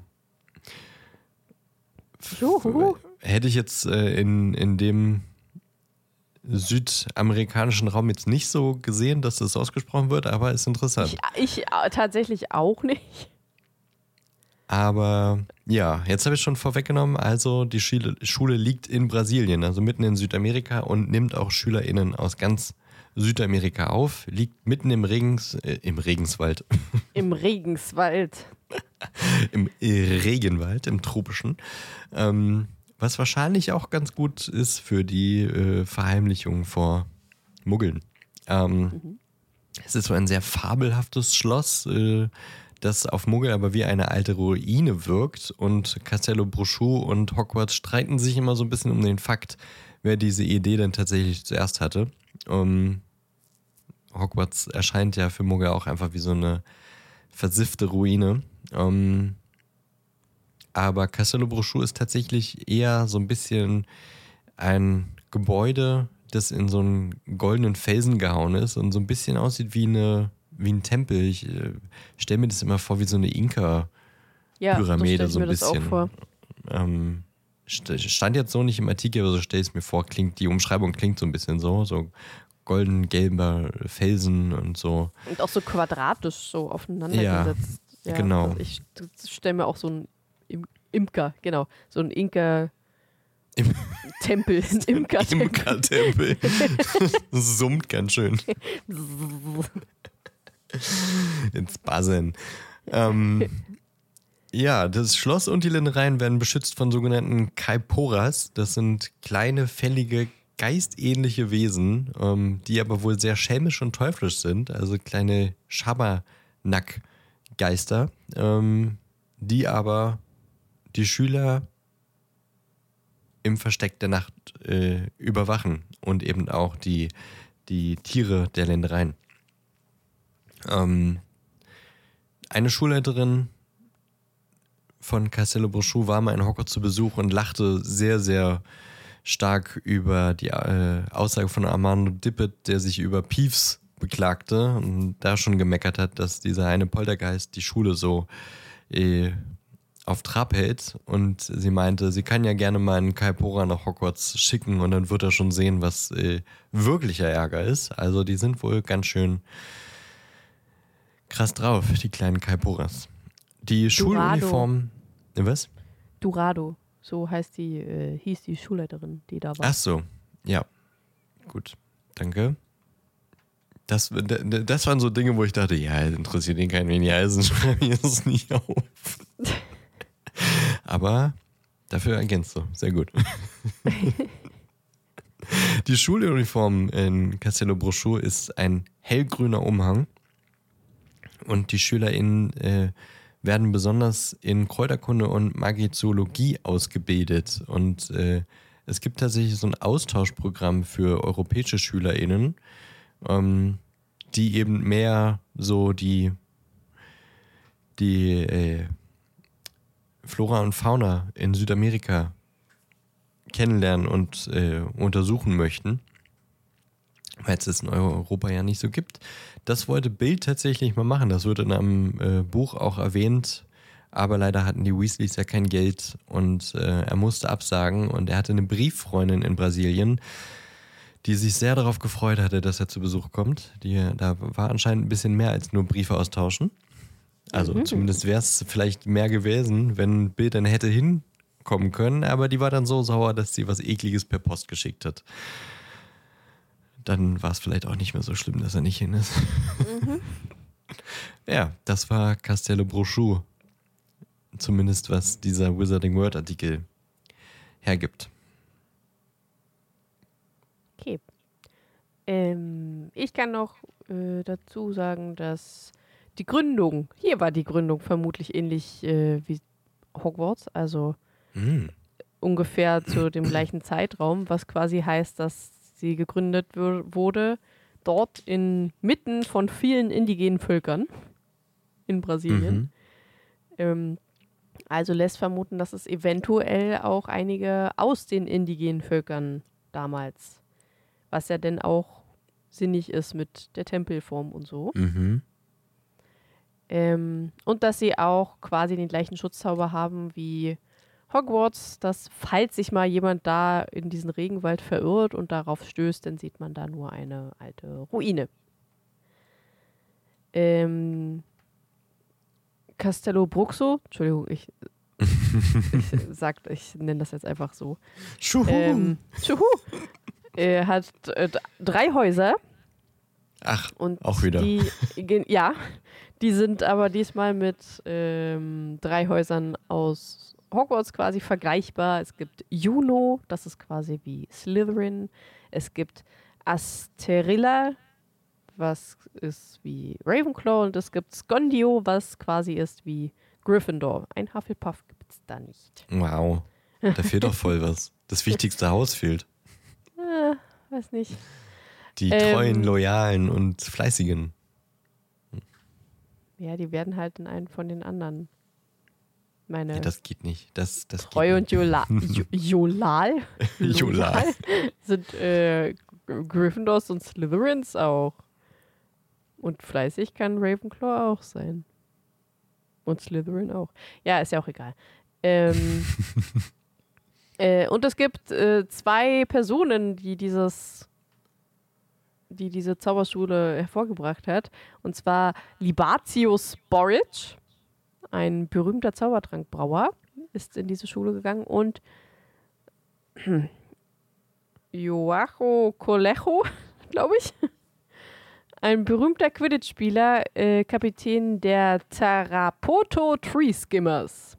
[SPEAKER 1] Hätte ich jetzt in dem südamerikanischen Raum jetzt nicht so gesehen, dass das ausgesprochen wird, aber ist interessant.
[SPEAKER 2] Ich tatsächlich auch nicht.
[SPEAKER 1] Aber ja, jetzt habe ich schon vorweggenommen, also die Schule liegt in Brasilien, also mitten in Südamerika und nimmt auch SchülerInnen aus ganz Südamerika auf, liegt mitten im Regenswald.
[SPEAKER 2] Im Regenswald.
[SPEAKER 1] Im Regenwald, im tropischen. Was wahrscheinlich auch ganz gut ist für die Verheimlichung vor Muggeln. Es ist so ein sehr fabelhaftes Schloss, das auf Muggel aber wie eine alte Ruine wirkt. Und Castello Brochu und Hogwarts streiten sich immer so ein bisschen um den Fakt, wer diese Idee denn tatsächlich zuerst hatte. Hogwarts erscheint ja für Muggel auch einfach wie so eine versiffte Ruine. Aber Castello Brochu ist tatsächlich eher so ein bisschen ein Gebäude, das in so einen goldenen Felsen gehauen ist und so ein bisschen aussieht wie ein Tempel. Ich stelle mir das immer vor wie so eine Inka-Pyramide,
[SPEAKER 2] ja,
[SPEAKER 1] so ein
[SPEAKER 2] mir
[SPEAKER 1] bisschen.
[SPEAKER 2] Das auch vor.
[SPEAKER 1] Stand jetzt so nicht im Artikel, aber so stelle ich es mir vor. Die Umschreibung klingt so ein bisschen so golden-gelber Felsen und so.
[SPEAKER 2] Und auch so quadratisch so aufeinander gesetzt.
[SPEAKER 1] Ja, genau.
[SPEAKER 2] Also ich stelle mir auch so einen Imker, genau, so ein Inka-Tempel. Ein
[SPEAKER 1] Imker-Tempel. Das summt ganz schön. Ins Basen. Ja, das Schloss und die Ländereien werden beschützt von sogenannten Kaiporas. Das sind kleine, fällige, geistähnliche Wesen, die aber wohl sehr schelmisch und teuflisch sind. Also kleine Schabernack-Geister, die aber die Schüler im Versteck der Nacht überwachen und eben auch die Tiere der Ländereien. Eine Schulleiterin von Castello Brochu war mal in Hogwarts zu Besuch und lachte sehr, sehr stark über die Aussage von Armando Dippet, der sich über Peeves beklagte und da schon gemeckert hat, dass dieser eine Poltergeist die Schule so auf Trab hält. Und sie meinte, sie kann ja gerne mal einen Kaipora nach Hogwarts schicken und dann wird er schon sehen, was wirklicher Ärger ist. Also die sind wohl ganz schön krass drauf, die kleinen Kaiporas. Die Schuluniform... Was?
[SPEAKER 2] Durado, so hieß die Schulleiterin, die da war.
[SPEAKER 1] Ach so, ja. Gut, danke. Das waren so Dinge, wo ich dachte, ja, interessiert ihn kein wenig Eisen, schreibe ich es nicht auf. Aber dafür ergänzt du, sehr gut. Die Schuluniform in Castello Brochu ist ein hellgrüner Umhang und die SchülerInnen werden besonders in Kräuterkunde und Magizoologie ausgebildet. Und es gibt tatsächlich so ein Austauschprogramm für europäische SchülerInnen, die eben mehr so die Flora und Fauna in Südamerika kennenlernen und untersuchen möchten, weil es das in Europa ja nicht so gibt. Das wollte Bill tatsächlich mal machen. Das wird in einem Buch auch erwähnt. Aber leider hatten die Weasleys ja kein Geld und er musste absagen. Und er hatte eine Brieffreundin in Brasilien, die sich sehr darauf gefreut hatte, dass er zu Besuch kommt. Da war anscheinend ein bisschen mehr als nur Briefe austauschen. Also zumindest wäre es vielleicht mehr gewesen, wenn Bill dann hätte hinkommen können. Aber die war dann so sauer, dass sie was Ekliges per Post geschickt hat. Dann war es vielleicht auch nicht mehr so schlimm, dass er nicht hin ist. Ja, das war Castello Brochu. Zumindest was dieser Wizarding World Artikel hergibt.
[SPEAKER 2] Okay. Ich kann noch dazu sagen, dass hier war die Gründung vermutlich ähnlich wie Hogwarts, also ungefähr zu dem gleichen Zeitraum, was quasi heißt, dass sie gegründet wurde, dort inmitten von vielen indigenen Völkern in Brasilien. Also lässt vermuten, dass es eventuell auch einige aus den indigenen Völkern damals, was ja denn auch sinnig ist mit der Tempelform und so. Und dass sie auch quasi den gleichen Schutzzauber haben wie Hogwarts, dass falls sich mal jemand da in diesen Regenwald verirrt und darauf stößt, dann sieht man da nur eine alte Ruine. Castello Bruxo, Entschuldigung, ich nenne das jetzt einfach so.
[SPEAKER 1] Schuhu!
[SPEAKER 2] Hat 3 Häuser.
[SPEAKER 1] Ach,
[SPEAKER 2] und
[SPEAKER 1] auch wieder.
[SPEAKER 2] Die sind aber diesmal mit 3 Häusern aus Hogwarts quasi vergleichbar. Es gibt Juno, das ist quasi wie Slytherin. Es gibt Asterilla, was ist wie Ravenclaw. Und es gibt Skondio, was quasi ist wie Gryffindor. Ein Hufflepuff gibt es da nicht.
[SPEAKER 1] Wow, da fehlt doch voll was. Das wichtigste Haus fehlt.
[SPEAKER 2] Weiß nicht.
[SPEAKER 1] Die treuen, loyalen und fleißigen.
[SPEAKER 2] Ja, die werden halt in einen von den anderen.
[SPEAKER 1] Ja, das geht nicht. Das
[SPEAKER 2] Treu und Jolal sind Gryffindors und Slytherins auch. Und fleißig kann Ravenclaw auch sein. Und Slytherin auch. Ja, ist ja auch egal. Und es gibt 2 Personen, die diese Zauberschule hervorgebracht hat. Und zwar Libatius Borage, ein berühmter Zaubertrankbrauer, ist in diese Schule gegangen. Und Joacho Colejo, glaube ich, Ein berühmter Quidditch-Spieler, Kapitän der Tarapoto Tree Skimmers.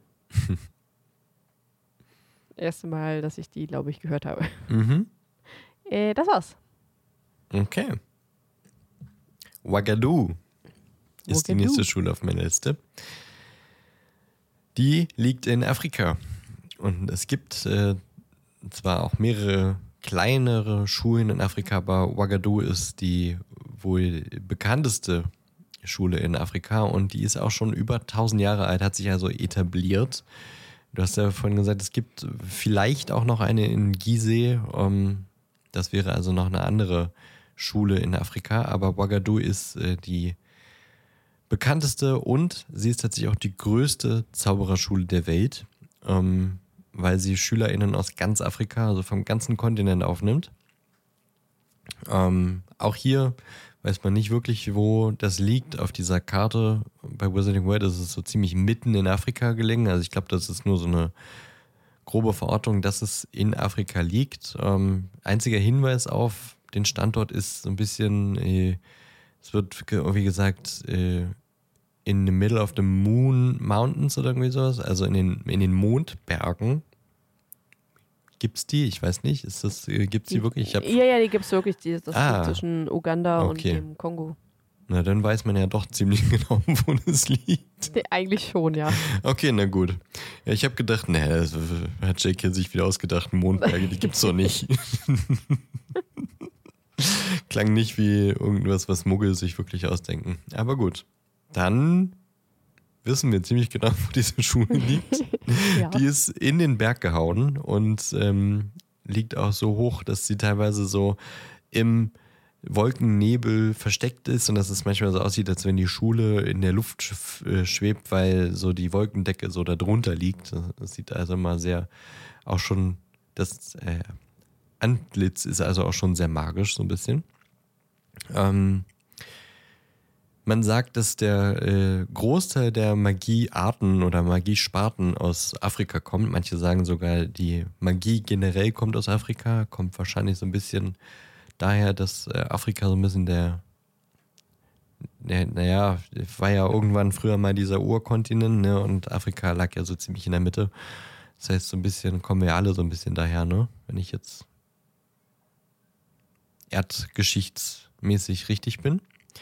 [SPEAKER 2] Erste Mal, dass ich die, glaube ich, gehört habe.
[SPEAKER 1] Mhm.
[SPEAKER 2] Das war's.
[SPEAKER 1] Okay. Ouagadougou ist die nächste Schule auf meiner Liste. Die liegt in Afrika. Und es gibt zwar auch mehrere kleinere Schulen in Afrika, aber Ouagadougou ist die wohl bekannteste Schule in Afrika und die ist auch schon über 1000 Jahre alt, hat sich also etabliert. Du hast ja vorhin gesagt, es gibt vielleicht auch noch eine in Gizeh. Das wäre also noch eine andere Schule in Afrika, aber Ouagadougou ist die bekannteste und sie ist tatsächlich auch die größte Zaubererschule der Welt, weil sie SchülerInnen aus ganz Afrika, also vom ganzen Kontinent aufnimmt. Auch hier weiß man nicht wirklich, wo das liegt auf dieser Karte. Bei Wizarding World ist es so ziemlich mitten in Afrika gelegen. Also ich glaube, das ist nur so eine grobe Verortung, dass es in Afrika liegt. Einziger Hinweis auf den Standort ist so ein bisschen, es wird irgendwie gesagt, in the middle of the Moon Mountains oder irgendwie sowas, also in den Mondbergen. Gibt's die? Ich weiß nicht. Gibt's die wirklich?
[SPEAKER 2] Ja, die gibt's wirklich. Das liegt zwischen Uganda und dem Kongo.
[SPEAKER 1] Na, dann weiß man ja doch ziemlich genau, wo das liegt.
[SPEAKER 2] Eigentlich schon, ja.
[SPEAKER 1] Okay, na gut. Ja, ich habe gedacht, das hat Jake sich wieder ausgedacht, Mondberge, die gibt's doch nicht. Klang nicht wie irgendwas, was Muggel sich wirklich ausdenken. Aber gut, dann wissen wir ziemlich genau, wo diese Schule liegt. Ja. Die ist in den Berg gehauen und liegt auch so hoch, dass sie teilweise so im Wolkennebel versteckt ist und dass es manchmal so aussieht, als wenn die Schule in der Luft schwebt, weil so die Wolkendecke so da drunter liegt. Das sieht also immer sehr, auch schon, das Antlitz ist also auch schon sehr magisch, so ein bisschen. Man sagt, dass der Großteil der Magiearten oder Magiesparten aus Afrika kommt. Manche sagen sogar, die Magie generell kommt aus Afrika. Kommt wahrscheinlich so ein bisschen daher, dass Afrika so ein bisschen war ja irgendwann früher mal dieser Urkontinent, ne? Und Afrika lag ja so ziemlich in der Mitte. Das heißt, so ein bisschen kommen wir alle so ein bisschen daher, ne? Wenn ich jetzt erdgeschichtsmäßig richtig bin.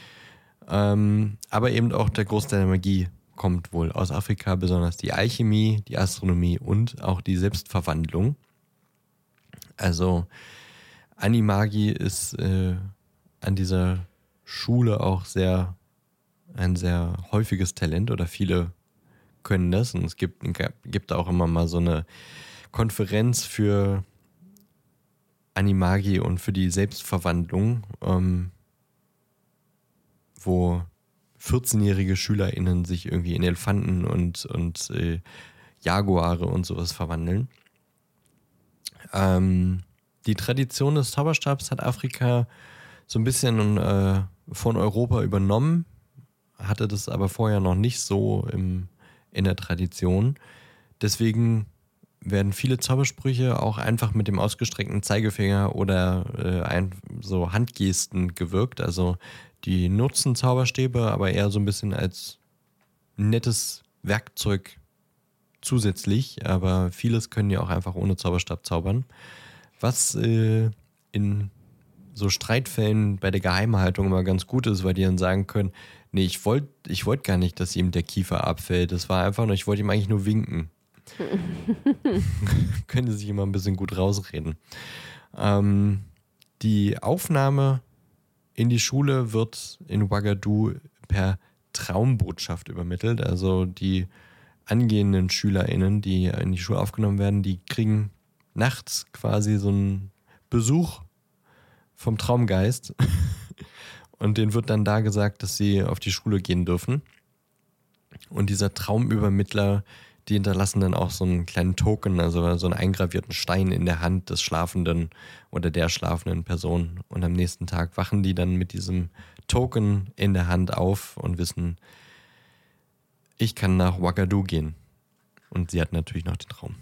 [SPEAKER 1] Aber eben auch der Großteil der Magie kommt wohl aus Afrika, besonders die Alchemie, die Astronomie und auch die Selbstverwandlung. Also Animagie ist an dieser Schule auch ein sehr häufiges Talent oder viele können das und es gibt auch immer mal so eine Konferenz für Animagie und für die Selbstverwandlung, wo 14-jährige SchülerInnen sich irgendwie in Elefanten und Jaguare und sowas verwandeln. Die Tradition des Zauberstabs hat Afrika so ein bisschen von Europa übernommen, hatte das aber vorher noch nicht so in der Tradition. Deswegen werden viele Zaubersprüche auch einfach mit dem ausgestreckten Zeigefinger oder so Handgesten gewirkt. Also die nutzen Zauberstäbe, aber eher so ein bisschen als nettes Werkzeug zusätzlich. Aber vieles können die auch einfach ohne Zauberstab zaubern. Was in so Streitfällen bei der Geheimhaltung immer ganz gut ist, weil die dann sagen können, nee, ich wollte gar nicht, dass ihm der Kiefer abfällt. Das war einfach nur, ich wollte ihm eigentlich nur winken. Können sie sich immer ein bisschen gut rausreden. Die Aufnahme in die Schule wird in Ouagadougou per Traumbotschaft übermittelt. Also die angehenden SchülerInnen, die in die Schule aufgenommen werden, die kriegen nachts quasi so einen Besuch vom Traumgeist. Und denen wird dann da gesagt, dass sie auf die Schule gehen dürfen. Und dieser Traumübermittler, die hinterlassen dann auch so einen kleinen Token, also so einen eingravierten Stein in der Hand des Schlafenden oder der schlafenden Person. Und am nächsten Tag wachen die dann mit diesem Token in der Hand auf und wissen, ich kann nach Ouagadougou gehen. Und sie hat natürlich noch den Traum.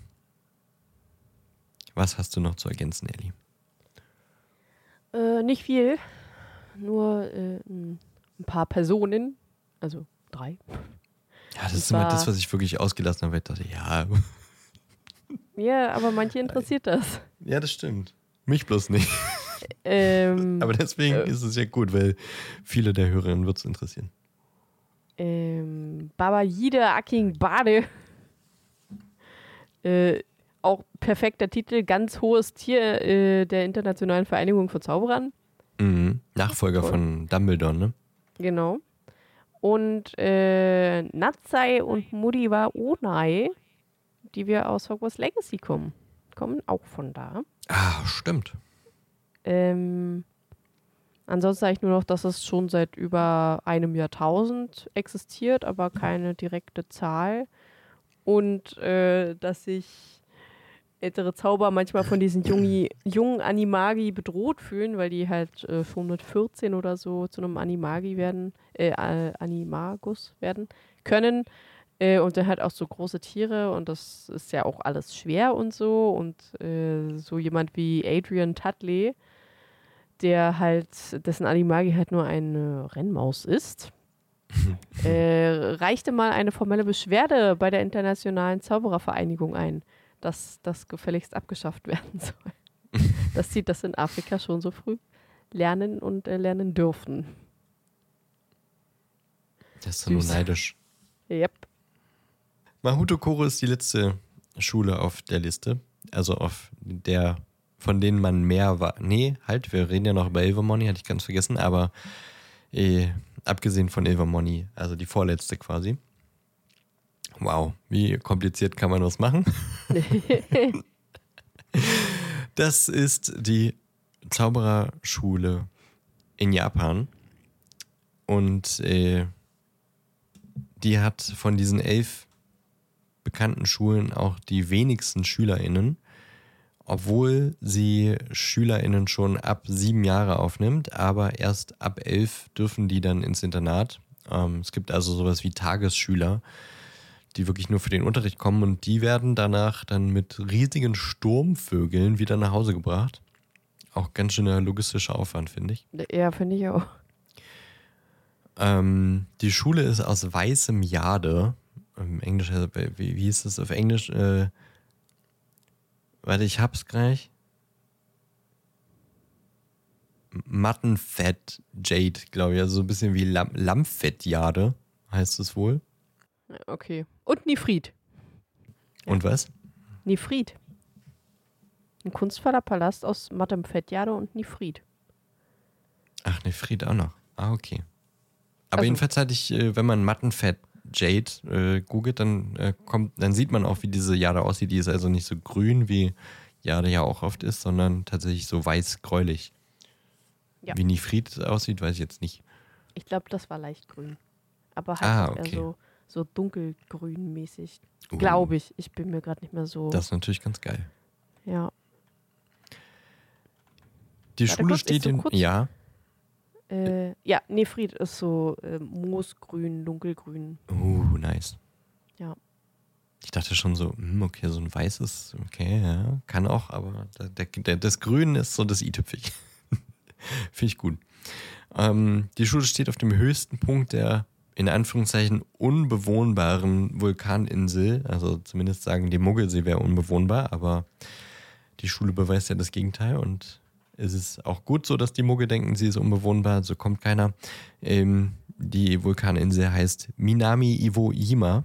[SPEAKER 1] Was hast du noch zu ergänzen, Elli?
[SPEAKER 2] Nicht viel. nur ein paar Personen, also 3.
[SPEAKER 1] Ja, das ist immer das, was ich wirklich ausgelassen habe. Ich dachte, ja.
[SPEAKER 2] Ja, aber manche interessiert das.
[SPEAKER 1] Ja, das stimmt. Mich bloß nicht. Aber deswegen ist es ja gut, weil viele der Hörerinnen wird es interessieren.
[SPEAKER 2] Babajide Akingbade. Auch perfekter Titel, ganz hohes Tier der Internationalen Vereinigung von Zauberern.
[SPEAKER 1] Mhm. Nachfolger von Dumbledore, ne?
[SPEAKER 2] Genau. Und Natsai und Muriwa Onai, die wir aus Hogwarts Legacy kommen auch von da.
[SPEAKER 1] Ah, stimmt.
[SPEAKER 2] Ansonsten sage ich nur noch, dass es schon seit über einem Jahrtausend existiert, aber keine direkte Zahl. Und dass sich ältere Zauber manchmal von diesen jungen Animagi bedroht fühlen, weil die halt schon mit 14 oder so zu einem Animagi werden, Animagus werden können. Und dann halt auch so große Tiere und das ist ja auch alles schwer und so. Und so jemand wie Adrian Tudley, dessen Animagi halt nur eine Rennmaus ist, reichte mal eine formelle Beschwerde bei der Internationalen Zauberervereinigung ein, dass das gefälligst abgeschafft werden soll. Dass sie das in Afrika schon so früh lernen und lernen dürfen.
[SPEAKER 1] Das ist doch nur neidisch.
[SPEAKER 2] Yep.
[SPEAKER 1] Mahoutokoro Koro ist die letzte Schule auf der Liste. Also auf der, von denen man mehr war. Nee, halt, wir reden ja noch über Ilvermorny, hatte ich ganz vergessen, aber abgesehen von Ilvermorny, also die vorletzte quasi. Wow, wie kompliziert kann man das machen? Das ist die Zaubererschule in Japan und die hat von diesen 11 bekannten Schulen auch die wenigsten SchülerInnen, obwohl sie SchülerInnen schon ab 7 Jahre aufnimmt, aber erst ab 11 dürfen die dann ins Internat. Es gibt also sowas wie Tagesschüler, die wirklich nur für den Unterricht kommen und die werden danach dann mit riesigen Sturmvögeln wieder nach Hause gebracht. Auch ganz schöner logistischer Aufwand, finde ich.
[SPEAKER 2] Ja, finde ich auch.
[SPEAKER 1] Die Schule ist aus weißem Jade. Im Englisch, wie hieß das auf Englisch? Warte, ich hab's gleich. Mattenfett Jade, glaube ich. Also so ein bisschen wie Lammfettjade heißt es wohl.
[SPEAKER 2] Okay. Und Nifrid.
[SPEAKER 1] Ja. Und was?
[SPEAKER 2] Nifrid. Ein kunstvoller Palast aus mattem Fettjade und Nifrid.
[SPEAKER 1] Ach, Nifrid auch noch. Ah, okay. Aber jedenfalls hatte ich, wenn man Mattenfett Jade googelt, dann sieht man auch, wie diese Jade aussieht. Die ist also nicht so grün, wie Jade ja auch oft ist, sondern tatsächlich so weiß-gräulich. Ja. Wie Nifrid aussieht, weiß ich jetzt nicht.
[SPEAKER 2] Ich glaube, das war leicht grün. Aber halt eher so dunkelgrün mäßig. Glaube ich. Ich bin mir gerade nicht mehr so...
[SPEAKER 1] Das ist natürlich ganz geil.
[SPEAKER 2] Ja.
[SPEAKER 1] Die Schule steht in... Ja.
[SPEAKER 2] Ja, Nefrid ist so moosgrün, dunkelgrün.
[SPEAKER 1] Nice.
[SPEAKER 2] Ja.
[SPEAKER 1] Ich dachte schon so, okay, so ein weißes, okay, ja, kann auch, aber das Grün ist so das i-Tüpfig. Finde ich gut. Die Schule steht auf dem höchsten Punkt der, in Anführungszeichen, unbewohnbaren Vulkaninsel. Also zumindest sagen die Muggel, sie wäre unbewohnbar, aber die Schule beweist ja das Gegenteil und es ist auch gut so, dass die Muggel denken, sie ist unbewohnbar, so kommt keiner. Die Vulkaninsel heißt Minami Iwo Jima.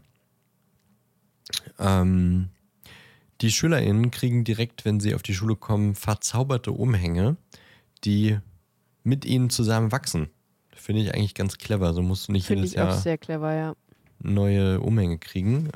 [SPEAKER 1] Die SchülerInnen kriegen direkt, wenn sie auf die Schule kommen, verzauberte Umhänge, die mit ihnen zusammen wachsen. Finde ich eigentlich ganz clever. So musst du nicht jedes Jahr
[SPEAKER 2] auch sehr clever, ja.
[SPEAKER 1] Neue Umhänge kriegen.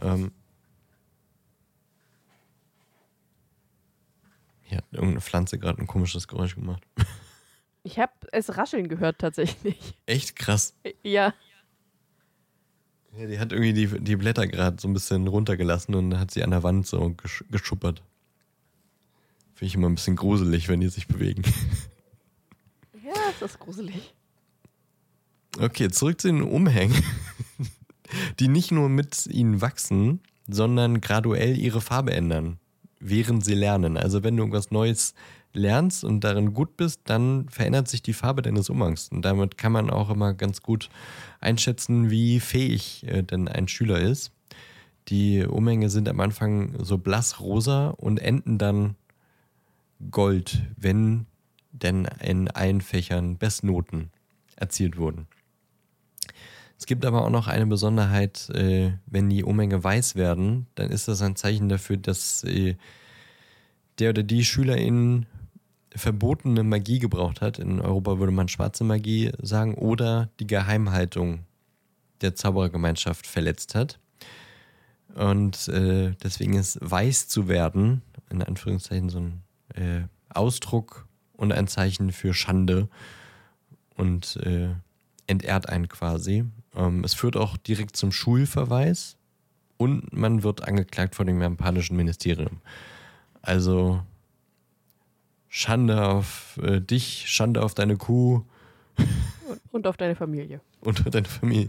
[SPEAKER 1] Hier hat irgendeine Pflanze gerade ein komisches Geräusch gemacht.
[SPEAKER 2] Ich habe es rascheln gehört tatsächlich.
[SPEAKER 1] Echt krass.
[SPEAKER 2] Ja.
[SPEAKER 1] Ja, die hat irgendwie die Blätter gerade so ein bisschen runtergelassen und hat sie an der Wand so geschuppert. Finde ich immer ein bisschen gruselig, wenn die sich bewegen.
[SPEAKER 2] Ja, das ist gruselig.
[SPEAKER 1] Okay, zurück zu den Umhängen, die nicht nur mit ihnen wachsen, sondern graduell ihre Farbe ändern, während sie lernen. Also wenn du irgendwas Neues lernst und darin gut bist, dann verändert sich die Farbe deines Umhangs. Und damit kann man auch immer ganz gut einschätzen, wie fähig denn ein Schüler ist. Die Umhänge sind am Anfang so blassrosa und enden dann Gold, wenn denn in allen Fächern Bestnoten erzielt wurden. Es gibt aber auch noch eine Besonderheit, wenn die Umhänge weiß werden, dann ist das ein Zeichen dafür, dass der oder die SchülerInnen verbotene Magie gebraucht hat. In Europa würde man schwarze Magie sagen, oder die Geheimhaltung der Zauberergemeinschaft verletzt hat. Und deswegen ist weiß zu werden, in Anführungszeichen so ein Ausdruck und ein Zeichen für Schande und entehrt einen quasi. Es führt auch direkt zum Schulverweis und man wird angeklagt vor dem japanischen Ministerium. Also Schande auf dich, Schande auf deine Kuh.
[SPEAKER 2] Und auf deine Familie.
[SPEAKER 1] Und auf deine Familie.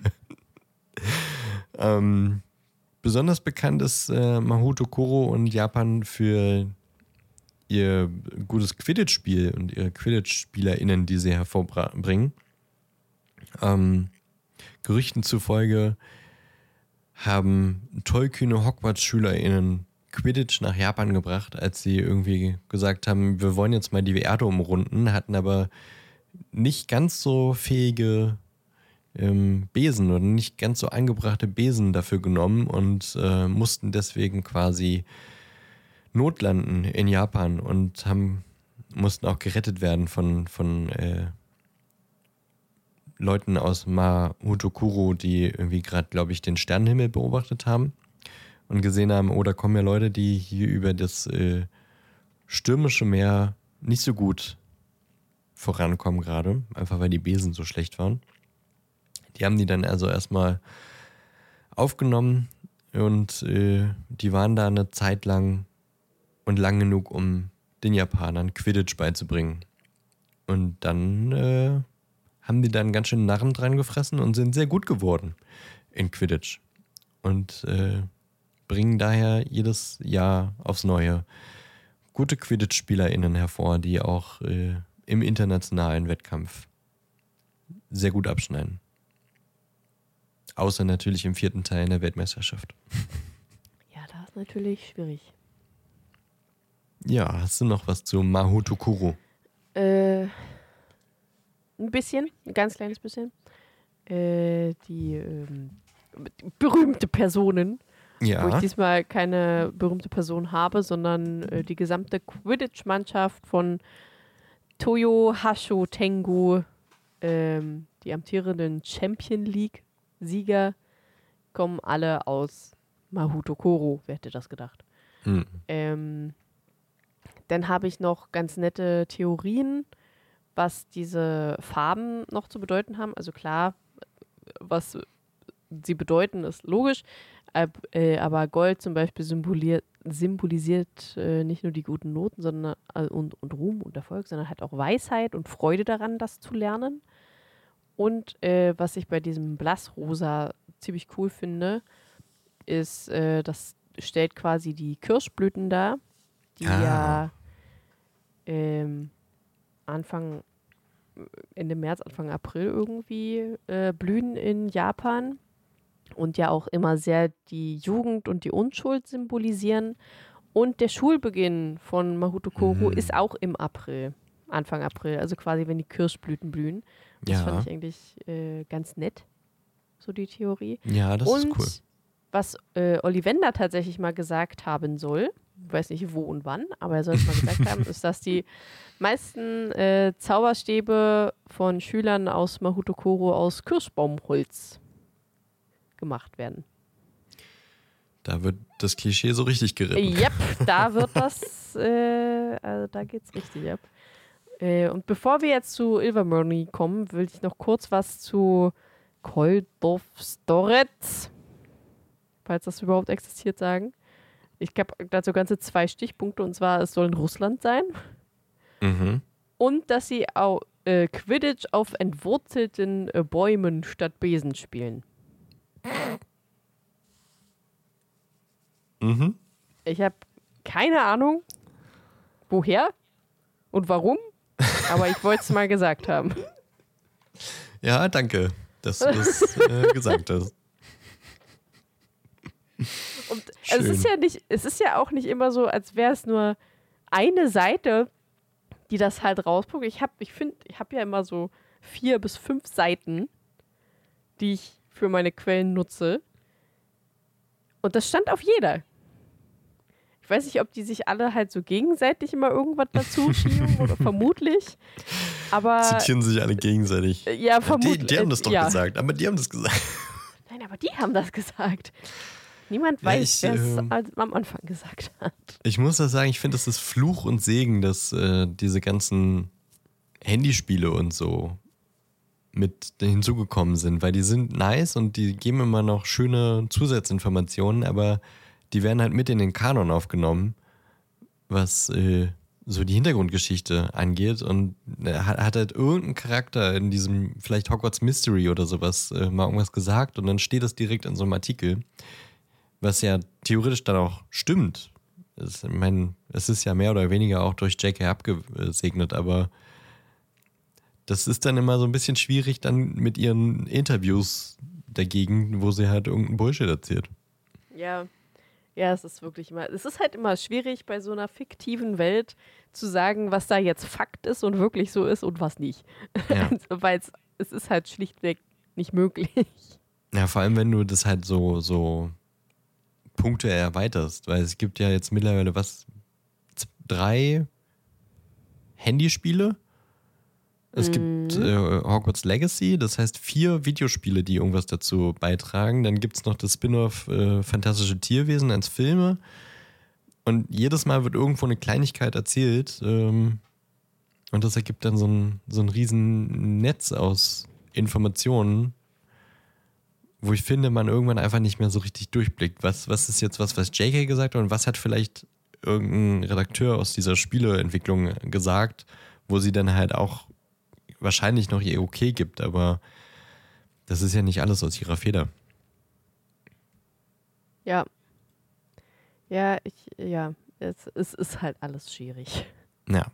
[SPEAKER 1] Besonders bekannt ist Mahoutō Koro in Japan für ihr gutes Quidditch-Spiel und ihre Quidditch-SpielerInnen, die sie hervorbringen. Gerüchten zufolge haben tollkühne Hogwarts-SchülerInnen Quidditch nach Japan gebracht, als sie irgendwie gesagt haben, wir wollen jetzt mal die Erde umrunden, hatten aber nicht ganz so fähige Besen oder nicht ganz so angebrachte Besen dafür genommen und mussten deswegen quasi notlanden in Japan und mussten auch gerettet werden von Leuten aus Mahoutō Koro, die irgendwie gerade, glaube ich, den Sternenhimmel beobachtet haben und gesehen haben, oh, da kommen ja Leute, die hier über das stürmische Meer nicht so gut vorankommen gerade, einfach weil die Besen so schlecht waren. Die haben die dann also erstmal aufgenommen und die waren da eine Zeit lang und lang genug, um den Japanern Quidditch beizubringen. Und dann haben die dann ganz schön Narren dran gefressen und sind sehr gut geworden in Quidditch. Und bringen daher jedes Jahr aufs Neue gute Quidditch-SpielerInnen hervor, die auch im internationalen Wettkampf sehr gut abschneiden. Außer natürlich im 4. Teil in der Weltmeisterschaft.
[SPEAKER 2] Ja, da ist natürlich schwierig.
[SPEAKER 1] Ja, hast du noch was zu Mahoutō Koro?
[SPEAKER 2] Ein bisschen, ein ganz kleines bisschen. Die berühmte Personen, wo ich
[SPEAKER 1] Ja.
[SPEAKER 2] diesmal keine berühmte Person habe, sondern die gesamte Quidditch-Mannschaft von Toyo Hasho Tengu, die amtierenden Champion League-Sieger, kommen alle aus Mahoutō Koro. Wer hätte das gedacht? Dann habe ich noch ganz nette Theorien, was diese Farben noch zu bedeuten haben. Also klar, was sie bedeuten, ist logisch. Aber Gold zum Beispiel symbolisiert nicht nur die guten Noten sondern, und Ruhm und Erfolg, sondern halt auch Weisheit und Freude daran, das zu lernen. Und was ich bei diesem Blassrosa ziemlich cool finde, ist, das stellt quasi die Kirschblüten dar, die ja Ende März, Anfang April irgendwie blühen in Japan und ja auch immer sehr die Jugend und die Unschuld symbolisieren. Und der Schulbeginn von Mahoutō Koro ist auch im April, Anfang April, also quasi wenn die Kirschblüten blühen. Das fand ich eigentlich ganz nett, so die Theorie.
[SPEAKER 1] Ja, das ist cool.
[SPEAKER 2] Was Ollivander tatsächlich mal gesagt haben soll, ich weiß nicht wo und wann, aber er soll es mal gesagt haben, ist, dass die meisten Zauberstäbe von Schülern aus Mahoutō Koro aus Kirschbaumholz gemacht werden.
[SPEAKER 1] Da wird das Klischee so richtig geritten.
[SPEAKER 2] Yep, da wird das, also da geht's richtig ab. Und bevor wir jetzt zu Ilvermorny kommen, will ich noch kurz was zu Koldovstorets, falls das überhaupt existiert, sagen. Ich habe dazu ganze 2 Stichpunkte, und zwar, es soll in Russland sein. Und dass sie auch Quidditch auf entwurzelten Bäumen statt Besen spielen. Ich habe keine Ahnung, woher und warum, aber ich wollte es mal gesagt haben.
[SPEAKER 1] Ja, danke, dass du das gesagt hast.
[SPEAKER 2] Und es ist ja auch nicht immer so, als wäre es nur eine Seite, die das halt rausguckt. Ich habe ja immer so 4 bis 5 Seiten, die ich für meine Quellen nutze. Und das stand auf jeder. Ich weiß nicht, ob die sich alle halt so gegenseitig immer irgendwas dazu schieben oder vermutlich. Aber
[SPEAKER 1] zitieren sich alle gegenseitig.
[SPEAKER 2] Ja, vermutlich.
[SPEAKER 1] Die haben das doch gesagt, aber die haben das gesagt.
[SPEAKER 2] Nein, aber die haben das gesagt. Niemand weiß, wer es am Anfang gesagt hat.
[SPEAKER 1] Ich muss das sagen, ich finde, das ist Fluch und Segen, dass diese ganzen Handyspiele und so mit hinzugekommen sind, weil die sind nice und die geben immer noch schöne Zusatzinformationen, aber die werden halt mit in den Kanon aufgenommen, was so die Hintergrundgeschichte angeht und hat halt irgendein Charakter in diesem vielleicht Hogwarts Mystery oder sowas mal irgendwas gesagt und dann steht das direkt in so einem Artikel, was ja theoretisch dann auch stimmt. Ich meine, es ist ja mehr oder weniger auch durch J.K. abgesegnet, aber das ist dann immer so ein bisschen schwierig dann mit ihren Interviews dagegen, wo sie halt irgendeinen Bullshit erzählt.
[SPEAKER 2] Ja, es ist wirklich immer, es ist halt immer schwierig bei so einer fiktiven Welt zu sagen, was da jetzt Fakt ist und wirklich so ist und was nicht. Ja. Weil es ist halt schlichtweg nicht möglich.
[SPEAKER 1] Ja, vor allem, wenn du das halt so Punkte erweiterst, weil es gibt ja jetzt mittlerweile 3 Handyspiele. Es gibt Hogwarts Legacy, das heißt 4 Videospiele, die irgendwas dazu beitragen. Dann gibt es noch das Spin-off Fantastische Tierwesen als Filme. Und jedes Mal wird irgendwo eine Kleinigkeit erzählt. Und das ergibt dann so ein riesen Netz aus Informationen, wo ich finde, man irgendwann einfach nicht mehr so richtig durchblickt. Was ist jetzt was J.K. gesagt hat und was hat vielleicht irgendein Redakteur aus dieser Spieleentwicklung gesagt, wo sie dann halt auch wahrscheinlich noch ihr Okay gibt, aber das ist ja nicht alles aus ihrer Feder.
[SPEAKER 2] Ja. Es ist halt alles schwierig.
[SPEAKER 1] Ja.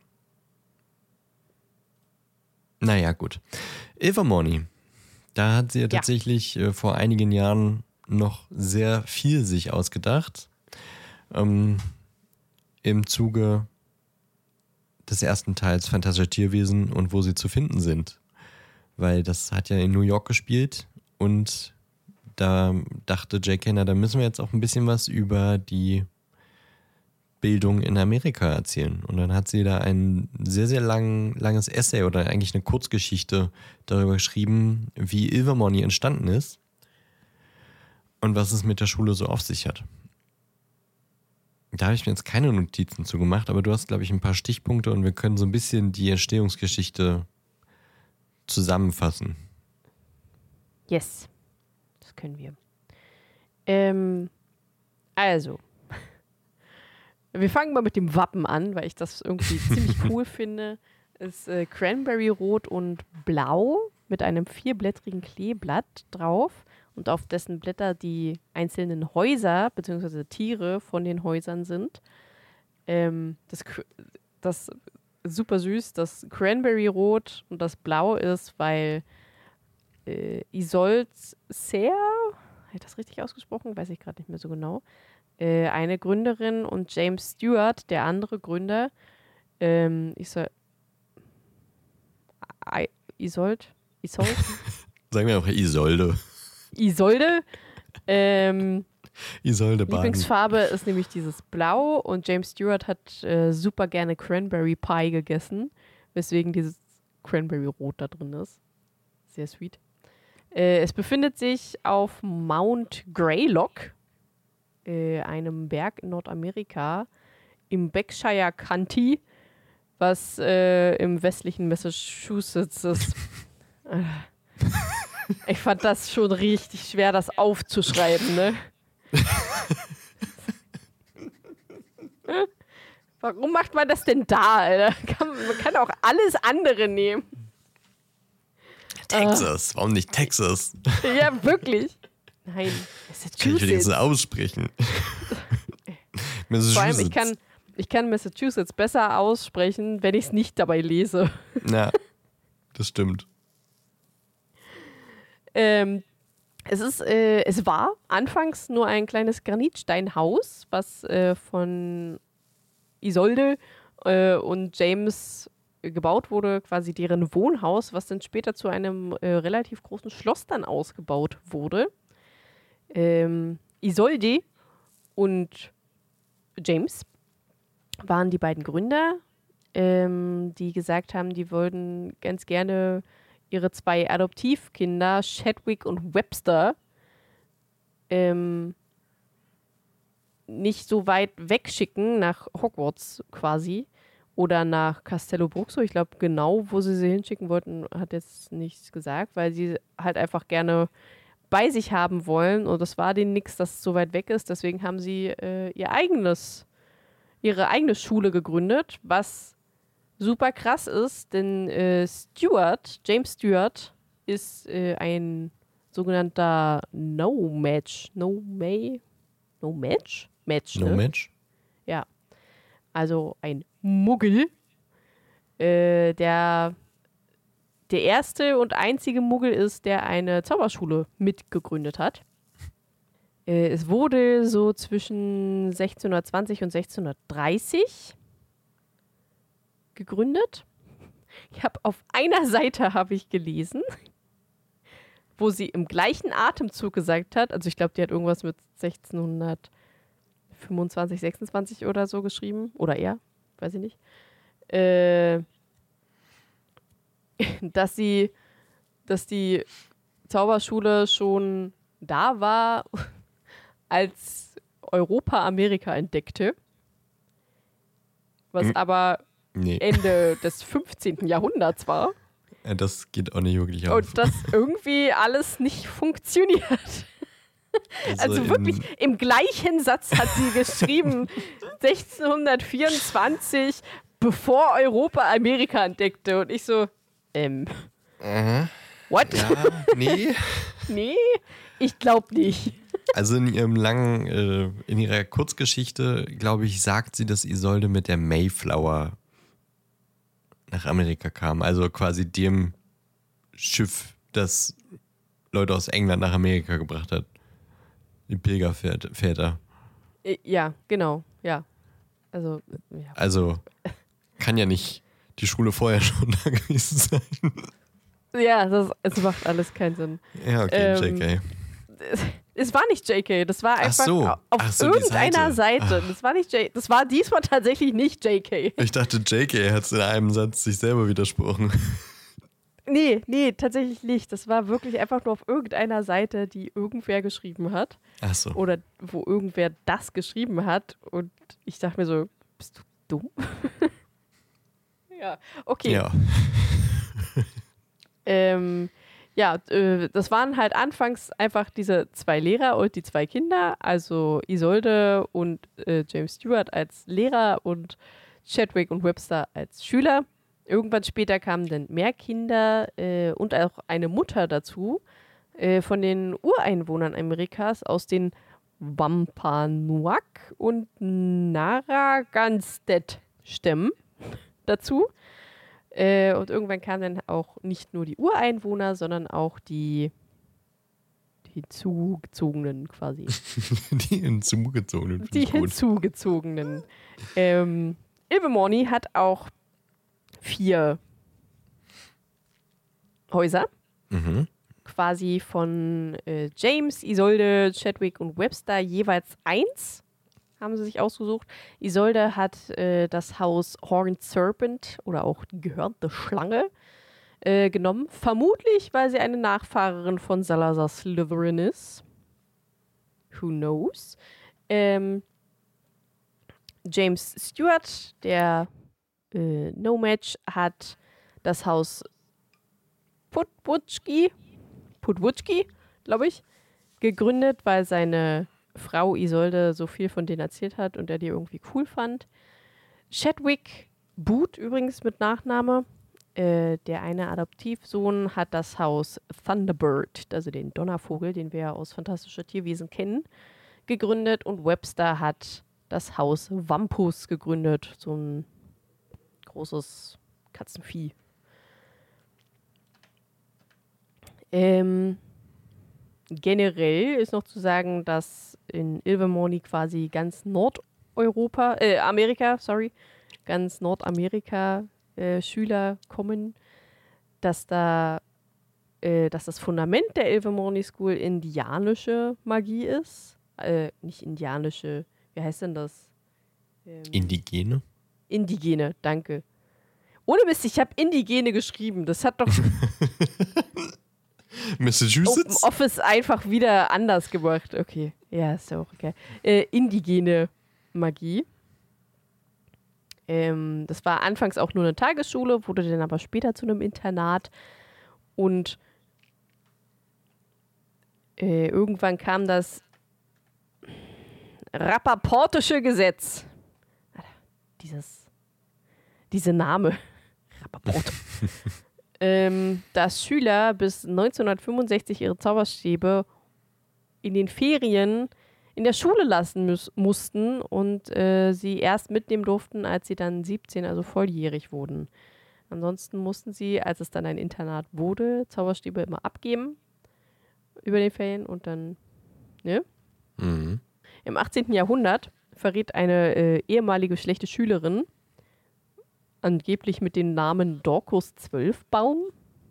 [SPEAKER 1] Naja, gut. Ilvermorny. Da hat sie ja tatsächlich vor einigen Jahren noch sehr viel sich ausgedacht. Im Zuge des ersten Teils Fantastische Tierwesen und wo sie zu finden sind. Weil das hat ja in New York gespielt und da dachte J.K., da müssen wir jetzt auch ein bisschen was über die Bildung in Amerika erzählen. Und dann hat sie da ein sehr, sehr langes Essay oder eigentlich eine Kurzgeschichte darüber geschrieben, wie Ilvermorny entstanden ist und was es mit der Schule so auf sich hat. Da habe ich mir jetzt keine Notizen zu gemacht, aber du hast, glaube ich, ein paar Stichpunkte und wir können so ein bisschen die Entstehungsgeschichte zusammenfassen.
[SPEAKER 2] Yes, das können wir. Also, wir fangen mal mit dem Wappen an, weil ich das irgendwie ziemlich cool finde. Es ist Cranberry-Rot und Blau mit einem 4-blättrigen Kleeblatt drauf. Und auf dessen Blätter die einzelnen Häuser bzw. Tiere von den Häusern sind. Das super süß, das Cranberry-Rot und das Blau ist, weil Isolde Ser, habe ich das richtig ausgesprochen? Weiß ich gerade nicht mehr so genau. Eine Gründerin und James Stewart, der andere Gründer, Isolde?
[SPEAKER 1] Sagen wir auch Isolde.
[SPEAKER 2] Isolde
[SPEAKER 1] Baden.
[SPEAKER 2] Lieblingsfarbe ist nämlich dieses Blau und James Stewart hat super gerne Cranberry Pie gegessen, weswegen dieses Cranberry Rot da drin ist. Sehr sweet. Es befindet sich auf Mount Greylock, einem Berg in Nordamerika, im Berkshire County, was im westlichen Massachusetts ist. Ich fand das schon richtig schwer, das aufzuschreiben, ne? Warum macht man das denn da, Alter? Man kann auch alles andere nehmen.
[SPEAKER 1] Texas, warum nicht Texas?
[SPEAKER 2] Ja, wirklich. Nein,
[SPEAKER 1] Kann ich wenigstens aussprechen.
[SPEAKER 2] Vor allem, Ich kann Massachusetts besser aussprechen, wenn ich es nicht dabei lese.
[SPEAKER 1] Ja, das stimmt.
[SPEAKER 2] Es war anfangs nur ein kleines Granitsteinhaus, was von Isolde und James gebaut wurde, quasi deren Wohnhaus, was dann später zu einem relativ großen Schloss dann ausgebaut wurde. Isolde und James waren die beiden Gründer, die gesagt haben, die wollten ganz gerne ihre 2 Adoptivkinder, Chadwick und Webster, nicht so weit wegschicken nach Hogwarts quasi oder nach Castello Bruxo. Ich glaube, genau, wo sie hinschicken wollten, hat jetzt nichts gesagt, weil sie halt einfach gerne bei sich haben wollen und das war denen nichts, dass es so weit weg ist. Deswegen haben sie ihre eigene Schule gegründet, was super krass ist, denn James Stewart ist ein sogenannter No-Match. Match,
[SPEAKER 1] No
[SPEAKER 2] ne?
[SPEAKER 1] Match?
[SPEAKER 2] Ja. Also ein Muggel. Der erste und einzige Muggel ist, der eine Zauberschule mitgegründet hat. Es wurde so zwischen 1620 und 1630 gegründet. Ich habe auf einer Seite habe ich gelesen, wo sie im gleichen Atemzug gesagt hat, also ich glaube, die hat irgendwas mit 1625, 26 oder so geschrieben, oder eher, weiß ich nicht, dass die Zauberschule schon da war, als Europa Amerika entdeckte, was aber Ende des 15. Jahrhunderts war.
[SPEAKER 1] Das geht auch nicht wirklich auf.
[SPEAKER 2] Und das irgendwie alles nicht funktioniert. Also wirklich im gleichen Satz hat sie geschrieben, 1624, bevor Europa Amerika entdeckte. Und ich so, what?
[SPEAKER 1] Ja, nee.
[SPEAKER 2] Nee, ich glaube nicht.
[SPEAKER 1] Also in ihrer Kurzgeschichte, glaube ich, sagt sie, dass Isolde mit der Mayflower nach Amerika kam. Also quasi dem Schiff, das Leute aus England nach Amerika gebracht hat. Die Pilgerväter.
[SPEAKER 2] Ja, genau, ja. Also, ja.
[SPEAKER 1] Also kann ja nicht die Schule vorher schon da gewesen sein.
[SPEAKER 2] Ja, es macht alles keinen Sinn.
[SPEAKER 1] Ja, okay, JK.
[SPEAKER 2] Es war nicht JK, das war einfach auf irgendeiner Seite. Das war diesmal tatsächlich nicht JK.
[SPEAKER 1] Ich dachte, JK hat es in einem Satz sich selber widersprochen.
[SPEAKER 2] Nee, tatsächlich nicht. Das war wirklich einfach nur auf irgendeiner Seite, die irgendwer geschrieben hat.
[SPEAKER 1] Ach so.
[SPEAKER 2] Oder wo irgendwer das geschrieben hat. Und ich dachte mir so, bist du dumm? Ja, okay.
[SPEAKER 1] Ja.
[SPEAKER 2] Das waren halt anfangs einfach diese 2 Lehrer und die 2 Kinder, also Isolde und James Stewart als Lehrer und Chadwick und Webster als Schüler. Irgendwann später kamen dann mehr Kinder und auch eine Mutter dazu von den Ureinwohnern Amerikas aus den Wampanoag und Narragansett-Stämmen dazu. Und irgendwann kamen dann auch nicht nur die Ureinwohner, sondern auch die Hinzugezogenen quasi.
[SPEAKER 1] Die Hinzugezogenen.
[SPEAKER 2] Die Hinzugezogenen. Ilvermorny hat auch 4 Häuser.
[SPEAKER 1] Mhm.
[SPEAKER 2] Quasi von James, Isolde, Chadwick und Webster jeweils 1. Haben sie sich ausgesucht. Isolde hat das Haus Horned Serpent oder auch die gehörnte Schlange genommen. Vermutlich, weil sie eine Nachfahrerin von Salazar Slytherin ist. Who knows? James Stewart, der No-Match, hat das Haus Putwutschki, glaube ich, gegründet, weil seine Frau Isolde so viel von denen erzählt hat und er die irgendwie cool fand. Chadwick Booth übrigens mit Nachname, der eine Adoptivsohn, hat das Haus Thunderbird, also den Donnervogel, den wir ja aus Fantastische Tierwesen kennen, gegründet und Webster hat das Haus Wampus gegründet. So ein großes Katzenvieh. Generell ist noch zu sagen, dass in Ilvermorny quasi ganz ganz Nordamerika Schüler kommen, dass das Fundament der Ilvermorny School indianische Magie ist. Nicht indianische, wie heißt denn das?
[SPEAKER 1] Indigene?
[SPEAKER 2] Indigene, danke. Ohne Mist, ich habe Indigene geschrieben. Das hat doch
[SPEAKER 1] Massachusetts?
[SPEAKER 2] Office einfach wieder anders gemacht. Okay, ja, ist ja auch okay. Indigene Magie. Das war anfangs auch nur eine Tagesschule, wurde dann aber später zu einem Internat. Und irgendwann kam das Rappaportische Gesetz. Diese Name. Rappaport. Dass Schüler bis 1965 ihre Zauberstäbe in den Ferien in der Schule lassen mussten und sie erst mitnehmen durften, als sie dann 17, also volljährig wurden. Ansonsten mussten sie, als es dann ein Internat wurde, Zauberstäbe immer abgeben über den Ferien und dann, ne?
[SPEAKER 1] Mhm.
[SPEAKER 2] Im 18. Jahrhundert verriet eine ehemalige schlechte Schülerin, angeblich mit dem Namen Dorcas Zwölfbaum,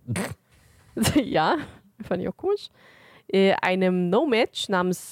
[SPEAKER 2] ja, fand ich auch komisch, einem No-Match namens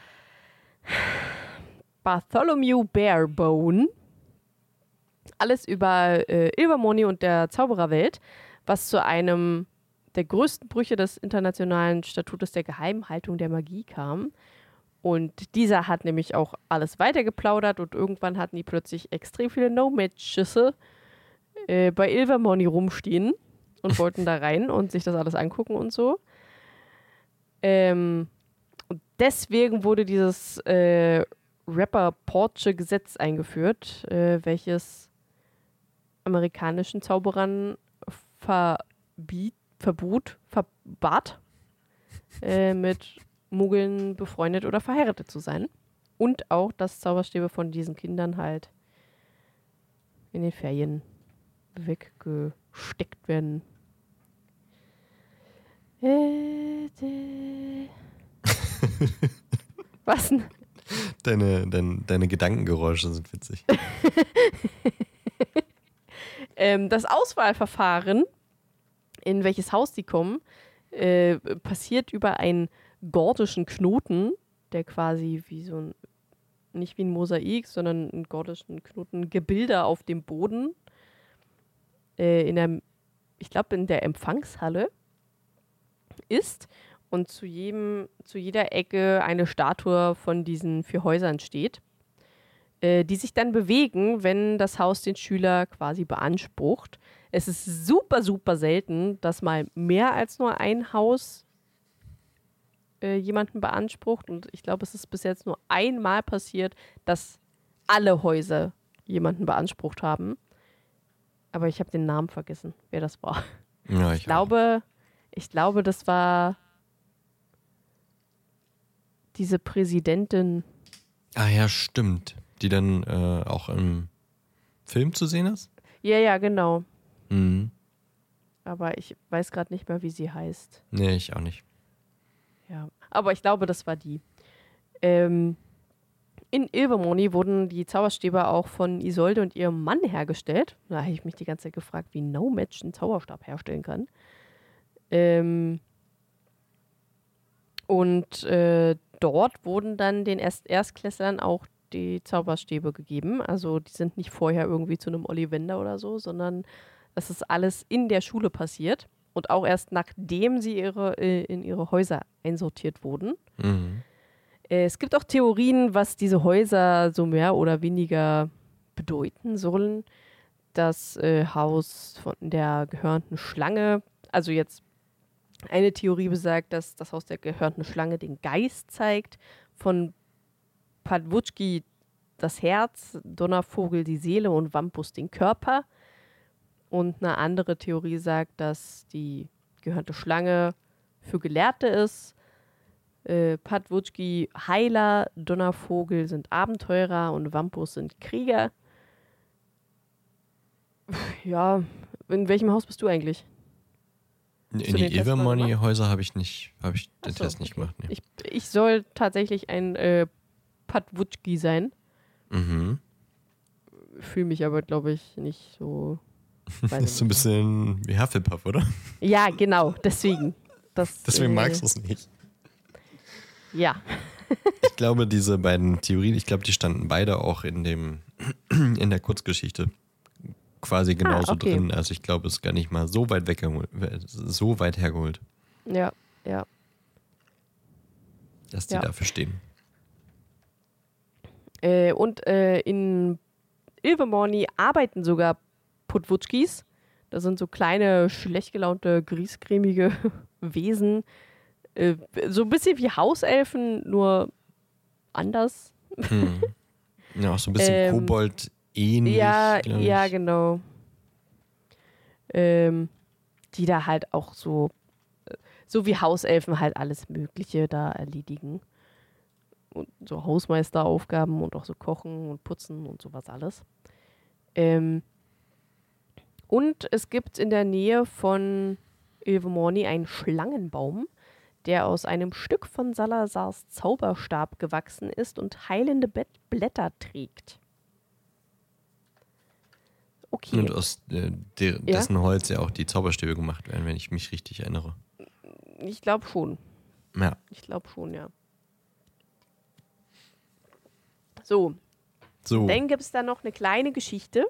[SPEAKER 2] Bartholomew Barebone, alles über Ilvermorny und der Zaubererwelt, was zu einem der größten Brüche des internationalen Statutes der Geheimhaltung der Magie kam. Und dieser hat nämlich auch alles weitergeplaudert und irgendwann hatten die plötzlich extrem viele No-Matches bei Ilvermorny rumstehen und wollten da rein und sich das alles angucken und so. Und deswegen wurde dieses Rappaportsche Gesetz eingeführt, welches amerikanischen Zauberern verbat, mit Muggeln befreundet oder verheiratet zu sein. Und auch, dass Zauberstäbe von diesen Kindern halt in den Ferien weggesteckt werden. Was denn?
[SPEAKER 1] Deine Gedankengeräusche sind witzig.
[SPEAKER 2] Das Auswahlverfahren, in welches Haus die kommen, passiert über einen gordischen Knoten, der quasi wie so ein, nicht wie ein Mosaik, sondern einen gordischen Knoten, Gebilde auf dem Boden, ich glaube in der Empfangshalle ist und zu jeder Ecke eine Statue von diesen 4 Häusern steht, die sich dann bewegen, wenn das Haus den Schüler quasi beansprucht. Es ist super, super selten, dass mal mehr als nur ein Haus jemanden beansprucht. Und ich glaube, es ist bis jetzt nur einmal passiert, dass alle Häuser jemanden beansprucht haben. Aber ich habe den Namen vergessen, wer das war.
[SPEAKER 1] Ja,
[SPEAKER 2] ich glaube, das war diese Präsidentin.
[SPEAKER 1] Ah ja, stimmt. Die dann auch im Film zu sehen ist?
[SPEAKER 2] Ja, genau.
[SPEAKER 1] Mhm.
[SPEAKER 2] Aber ich weiß gerade nicht mehr, wie sie heißt.
[SPEAKER 1] Nee, ich auch nicht.
[SPEAKER 2] Ja, aber ich glaube, das war die. In Ilvermorny wurden die Zauberstäbe auch von Isolde und ihrem Mann hergestellt. Da habe ich mich die ganze Zeit gefragt, wie No-Match einen Zauberstab herstellen kann. Dort wurden dann den Erstklässlern auch die Zauberstäbe gegeben. Also die sind nicht vorher irgendwie zu einem Ollivander oder so, sondern das ist alles in der Schule passiert. Und auch erst nachdem sie in ihre Häuser einsortiert wurden.
[SPEAKER 1] Mhm.
[SPEAKER 2] Es gibt auch Theorien, was diese Häuser so mehr oder weniger bedeuten sollen. Das Haus von der gehörnten Schlange, also jetzt eine Theorie besagt, dass das Haus der gehörnten Schlange den Geist zeigt, von Padwutschki das Herz, Donnervogel die Seele und Wampus den Körper. Und eine andere Theorie sagt, dass die gehörnte Schlange für Gelehrte ist, Patwutschki Heiler, Donnervogel sind Abenteurer und Wampus sind Krieger. Ja, in welchem Haus bist du eigentlich?
[SPEAKER 1] In
[SPEAKER 2] Hast du
[SPEAKER 1] die
[SPEAKER 2] den Test mal
[SPEAKER 1] Ilvermorny-Häuser habe ich den
[SPEAKER 2] Achso,
[SPEAKER 1] Test nicht
[SPEAKER 2] okay.
[SPEAKER 1] gemacht. Nee.
[SPEAKER 2] Ich soll tatsächlich ein Patwutschki sein.
[SPEAKER 1] Mhm.
[SPEAKER 2] Fühle mich aber, glaube ich, nicht so.
[SPEAKER 1] Das ist so ein bisschen wie Hufflepuff, oder?
[SPEAKER 2] Ja, genau, deswegen.
[SPEAKER 1] Deswegen magst du es nicht.
[SPEAKER 2] Ja.
[SPEAKER 1] Ich glaube, diese beiden Theorien, die standen beide auch in der Kurzgeschichte quasi genauso
[SPEAKER 2] okay.
[SPEAKER 1] drin. Also ich glaube, es ist gar nicht mal so weit hergeholt,
[SPEAKER 2] Ja, ja.
[SPEAKER 1] dass die dafür stehen.
[SPEAKER 2] Und in Ilvermorny arbeiten sogar Potwutschkis. Das sind so kleine, schlecht gelaunte, griesgrämige Wesen. So ein bisschen wie Hauselfen, nur anders.
[SPEAKER 1] Ja, auch so ein bisschen Kobold-ähnlich.
[SPEAKER 2] Ja, genau. Die da halt auch so wie Hauselfen halt alles Mögliche da erledigen. Und so Hausmeisteraufgaben und auch so Kochen und Putzen und sowas alles. Und es gibt in der Nähe von Ilvermorny einen Schlangenbaum, der aus einem Stück von Salazars Zauberstab gewachsen ist und heilende Blätter trägt. Okay.
[SPEAKER 1] Und aus dessen Holz ja auch die Zauberstäbe gemacht werden, wenn ich mich richtig erinnere.
[SPEAKER 2] Ich glaube schon.
[SPEAKER 1] Ja.
[SPEAKER 2] Ich glaube schon, ja. So. Dann gibt es da noch eine kleine Geschichte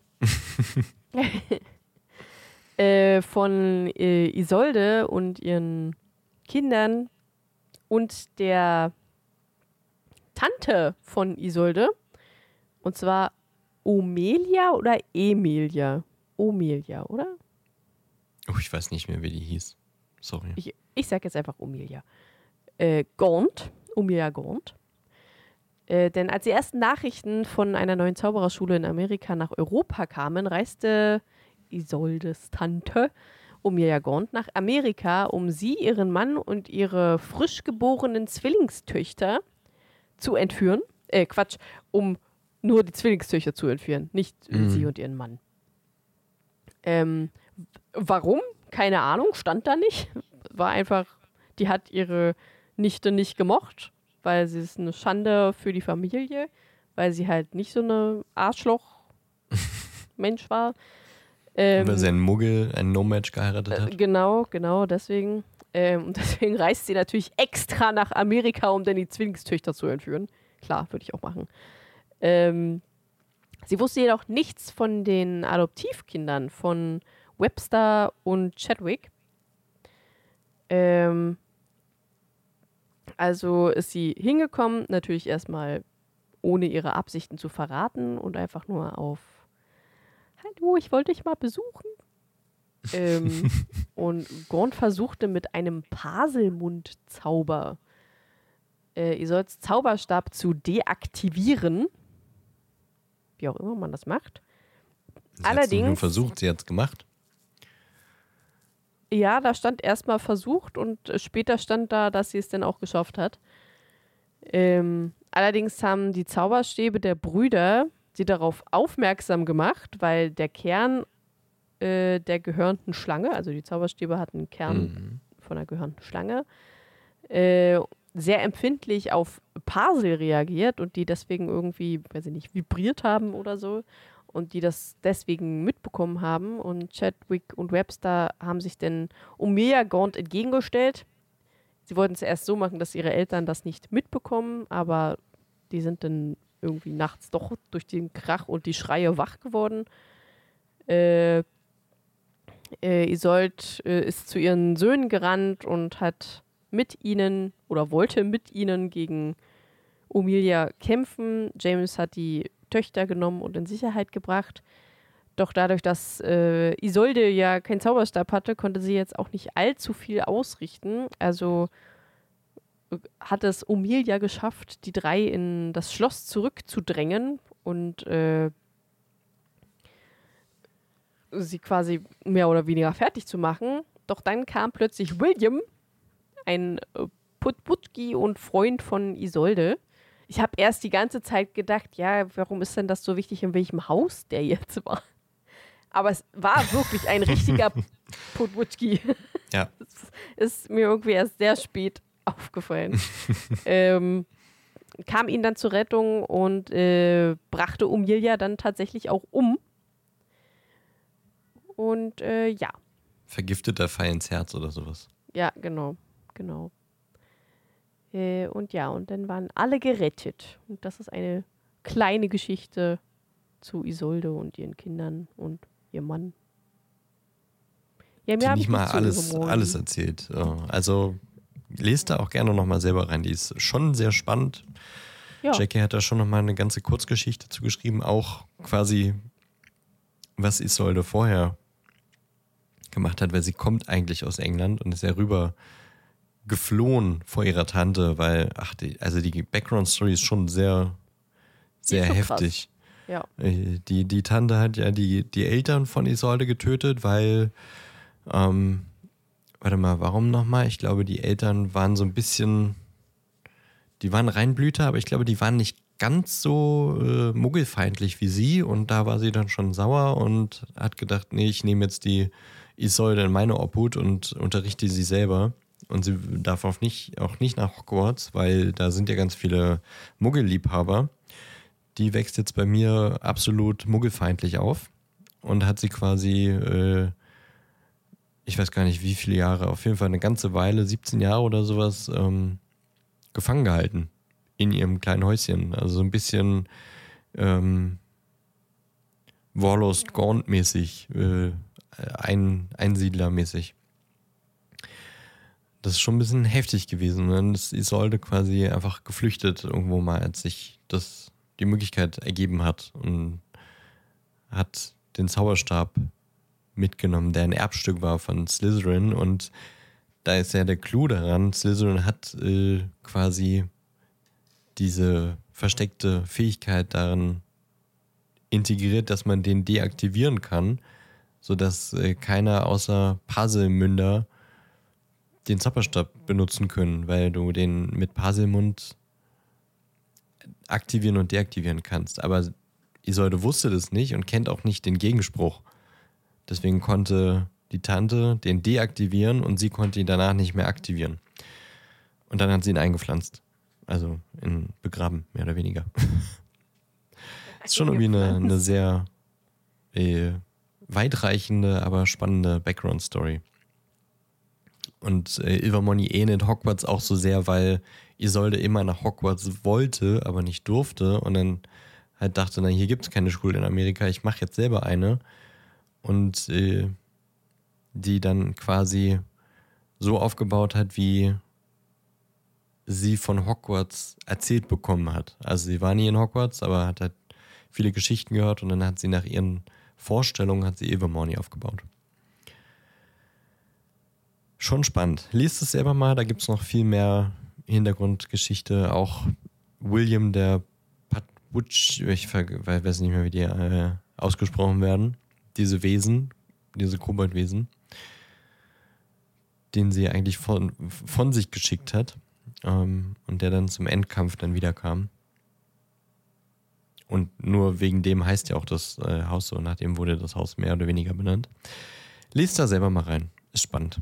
[SPEAKER 2] von Isolde und ihren Kindern und der Tante von Isolde. Und zwar Omelia oder Emilia? Omelia, oder?
[SPEAKER 1] Oh, ich weiß nicht mehr, wie die hieß. Sorry.
[SPEAKER 2] Ich sage jetzt einfach Omelia. Gaunt. Omelia Gaunt. Denn als die ersten Nachrichten von einer neuen Zaubererschule in Amerika nach Europa kamen, reiste Isoldes Tante Omelia Gaunt nach Amerika, um sie, ihren Mann und ihre frisch geborenen Zwillingstöchter zu entführen. Um nur die Zwillingstöchter zu entführen, nicht sie und ihren Mann. Warum? Keine Ahnung, stand da nicht. War einfach, die hat ihre Nichte nicht gemocht, weil sie ist eine Schande für die Familie, weil sie halt nicht so eine Arschloch-Mensch war.
[SPEAKER 1] Weil sie einen Muggel, einen No-Match geheiratet hat.
[SPEAKER 2] Genau, deswegen. Und deswegen reist sie natürlich extra nach Amerika, um dann die Zwillingstöchter zu entführen. Klar, würde ich auch machen. Sie wusste jedoch nichts von den Adoptivkindern von Webster und Chadwick. Also ist sie hingekommen, natürlich erstmal ohne ihre Absichten zu verraten und einfach nur auf Hallo, ich wollte dich mal besuchen. Und Gaunt versuchte mit einem Paselmundzauber Isoldes Zauberstab zu deaktivieren. Wie auch immer man das macht. Allerdings.
[SPEAKER 1] Versucht, sie hat es gemacht.
[SPEAKER 2] Ja, da stand erstmal versucht und später stand da, dass sie es dann auch geschafft hat. Allerdings haben die Zauberstäbe der Brüder sie darauf aufmerksam gemacht, weil der Kern der gehörnten Schlange, also die Zauberstäbe hatten einen Kern von einer gehörnten Schlange, sehr empfindlich auf Pasel reagiert und die deswegen irgendwie, weiß ich nicht, vibriert haben oder so und die das deswegen mitbekommen haben und Chadwick und Webster haben sich dann Omelia Gaunt entgegengestellt. Sie wollten es erst so machen, dass ihre Eltern das nicht mitbekommen, aber die sind dann irgendwie nachts doch durch den Krach und die Schreie wach geworden. Isolde ist zu ihren Söhnen gerannt und hat mit ihnen oder wollte mit ihnen gegen Omelia kämpfen. James hat die Töchter genommen und in Sicherheit gebracht. Doch dadurch, dass Isolde ja keinen Zauberstab hatte, konnte sie jetzt auch nicht allzu viel ausrichten. Also hat es Omelia geschafft, die drei in das Schloss zurückzudrängen und sie quasi mehr oder weniger fertig zu machen. Doch dann kam plötzlich William, ein Potwutki und Freund von Isolde. Ich habe erst die ganze Zeit gedacht, ja, warum ist denn das so wichtig, in welchem Haus der jetzt war? Aber es war wirklich ein richtiger Potwutki.
[SPEAKER 1] Ja.
[SPEAKER 2] Das ist mir irgendwie erst sehr spät aufgefallen. Kam ihn dann zur Rettung und brachte Umilja dann tatsächlich auch um. Und ja.
[SPEAKER 1] Vergifteter Pfeil ins Herz oder sowas.
[SPEAKER 2] Ja, genau. Und dann waren alle gerettet. Und das ist eine kleine Geschichte zu Isolde und ihren Kindern und ihrem Mann. Ja,
[SPEAKER 1] Die
[SPEAKER 2] mir habe
[SPEAKER 1] nicht
[SPEAKER 2] ich
[SPEAKER 1] mal
[SPEAKER 2] nicht so
[SPEAKER 1] alles erzählt. Also lest da auch gerne nochmal selber rein. Die ist schon sehr spannend.
[SPEAKER 2] Ja.
[SPEAKER 1] Jackie hat da schon nochmal eine ganze Kurzgeschichte zugeschrieben. Auch quasi, was Isolde vorher gemacht hat, weil sie kommt eigentlich aus England und ist ja rüber geflohen vor ihrer Tante, weil, die Background-Story ist schon sehr, sehr heftig.
[SPEAKER 2] Ja.
[SPEAKER 1] Die Tante hat ja die Eltern von Isolde getötet, weil, warum nochmal? Ich glaube, die Eltern waren so ein bisschen, die waren Reinblüter, aber ich glaube, die waren nicht ganz so muggelfeindlich wie sie und da war sie dann schon sauer und hat gedacht, nee, ich nehme jetzt die Isolde in meine Obhut und unterrichte sie selber. Und sie darf auch nicht nach Hogwarts, weil da sind ja ganz viele Muggelliebhaber. Die wächst jetzt bei mir absolut muggelfeindlich auf und hat sie quasi, ich weiß gar nicht wie viele Jahre, auf jeden Fall eine ganze Weile, 17 Jahre oder sowas, gefangen gehalten in ihrem kleinen Häuschen. Also so ein bisschen Warlost Gaunt-mäßig, Einsiedler-mäßig. Das ist schon ein bisschen heftig gewesen. Und dann ist Isolde quasi einfach geflüchtet irgendwo mal, als sich die Möglichkeit ergeben hat und hat den Zauberstab mitgenommen, der ein Erbstück war von Slytherin. Und da ist ja der Clou daran, Slytherin hat quasi diese versteckte Fähigkeit darin integriert, dass man den deaktivieren kann, sodass keiner außer Paselmünder den Zauberstab benutzen können, weil du den mit Paselmund aktivieren und deaktivieren kannst. Aber Isolde wusste das nicht und kennt auch nicht den Gegenspruch. Deswegen konnte die Tante den deaktivieren und sie konnte ihn danach nicht mehr aktivieren. Und dann hat sie ihn eingepflanzt. Also begraben, mehr oder weniger. Das ist schon irgendwie eine sehr weitreichende, aber spannende Background-Story. Und Ilvermorny ähnelt Hogwarts auch so sehr, weil Isolde immer nach Hogwarts wollte, aber nicht durfte. Und dann halt dachte, na, hier gibt es keine Schule in Amerika, ich mache jetzt selber eine. Und die dann quasi so aufgebaut hat, wie sie von Hogwarts erzählt bekommen hat. Also sie war nie in Hogwarts, aber hat halt viele Geschichten gehört und dann hat sie nach ihren Vorstellungen Ilvermorny aufgebaut. Schon spannend. Liest es selber mal, da gibt es noch viel mehr Hintergrundgeschichte. Auch William der Patwitch, ich weiß nicht mehr, wie die ausgesprochen werden. Diese Wesen, diese Koboldwesen, den sie eigentlich von sich geschickt hat und der dann zum Endkampf dann wieder kam. Und nur wegen dem heißt ja auch das Haus so, nach dem wurde das Haus mehr oder weniger benannt. Liest da selber mal rein, ist spannend.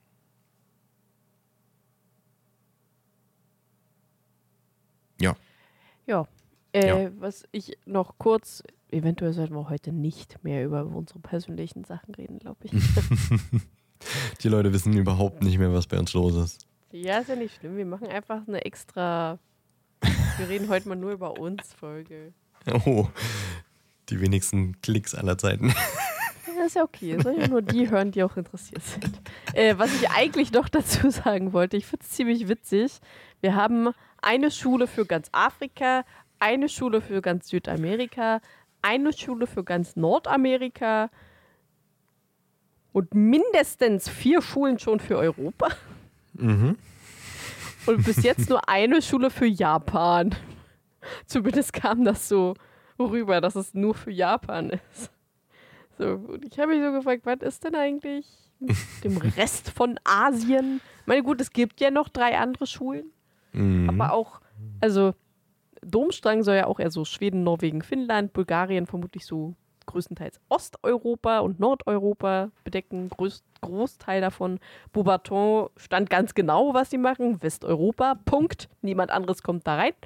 [SPEAKER 1] Ja.
[SPEAKER 2] Ja. Was ich noch kurz, eventuell sollten wir heute nicht mehr über unsere persönlichen Sachen reden, glaube ich.
[SPEAKER 1] Die Leute wissen überhaupt nicht mehr, was bei uns los ist.
[SPEAKER 2] Ja, ist ja nicht schlimm. Wir machen einfach eine extra, wir reden heute mal nur über uns Folge.
[SPEAKER 1] Oh, die wenigsten Klicks aller Zeiten.
[SPEAKER 2] Ja, ist ja okay. Soll ja nur die hören, die auch interessiert sind. Was ich eigentlich noch dazu sagen wollte, ich finde es ziemlich witzig. Wir haben eine Schule für ganz Afrika, eine Schule für ganz Südamerika, eine Schule für ganz Nordamerika und mindestens 4 Schulen schon für Europa.
[SPEAKER 1] Mhm.
[SPEAKER 2] Und bis jetzt nur eine Schule für Japan. Zumindest kam das so rüber, dass es nur für Japan ist. So, und ich habe mich so gefragt, was ist denn eigentlich dem Rest von Asien. Ich meine, gut, es gibt ja noch 3 andere Schulen, aber auch, also Domstrang soll ja auch eher so Schweden, Norwegen, Finnland, Bulgarien, vermutlich so größtenteils Osteuropa und Nordeuropa bedecken, Großteil davon. Beauxbatons stand ganz genau, was sie machen, Westeuropa, Punkt. Niemand anderes kommt da rein.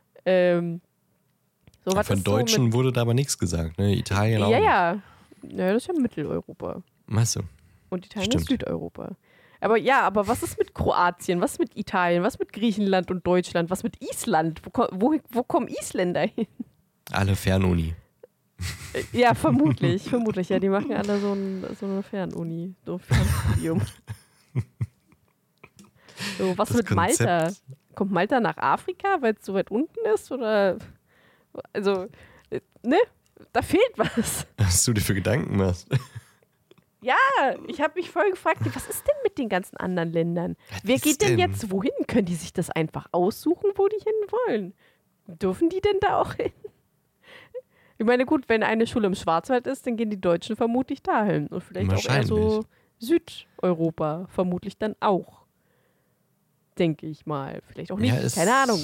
[SPEAKER 2] So, was
[SPEAKER 1] Von
[SPEAKER 2] ist so
[SPEAKER 1] Deutschen wurde da aber nichts gesagt, ne? Italien auch.
[SPEAKER 2] ja, das ist ja Mitteleuropa.
[SPEAKER 1] Weißt du?
[SPEAKER 2] Und Italien
[SPEAKER 1] Stimmt.
[SPEAKER 2] ist Südeuropa. Aber was ist mit Kroatien? Was mit Italien? Was mit Griechenland und Deutschland? Was mit Island? Wo kommen Isländer hin?
[SPEAKER 1] Alle Fernuni.
[SPEAKER 2] Ja, vermutlich. Ja, die machen alle so eine Fernuni, so ein Fernstudium. So, was
[SPEAKER 1] Das
[SPEAKER 2] mit
[SPEAKER 1] Konzept.
[SPEAKER 2] Malta? Kommt Malta nach Afrika, weil es so weit unten ist? Oder, also, ne? Da fehlt was.
[SPEAKER 1] Was du dir für Gedanken machst.
[SPEAKER 2] Ja, ich habe mich voll gefragt, was ist denn mit den ganzen anderen Ländern? Wer
[SPEAKER 1] ist
[SPEAKER 2] geht denn
[SPEAKER 1] denn?
[SPEAKER 2] jetzt wohin? Können die sich das einfach aussuchen, wo die hin wollen? Dürfen die denn da auch hin? Ich meine, gut, wenn eine Schule im Schwarzwald ist, dann gehen die Deutschen vermutlich dahin. Und vielleicht auch eher so Südeuropa, vermutlich dann auch. Denke ich mal. Vielleicht auch nicht,
[SPEAKER 1] Ja,
[SPEAKER 2] keine Ahnung.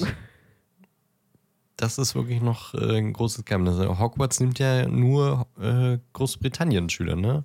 [SPEAKER 1] Das ist wirklich noch ein großes Geheimnis. Also Hogwarts nimmt ja nur Großbritannien-Schüler, ne?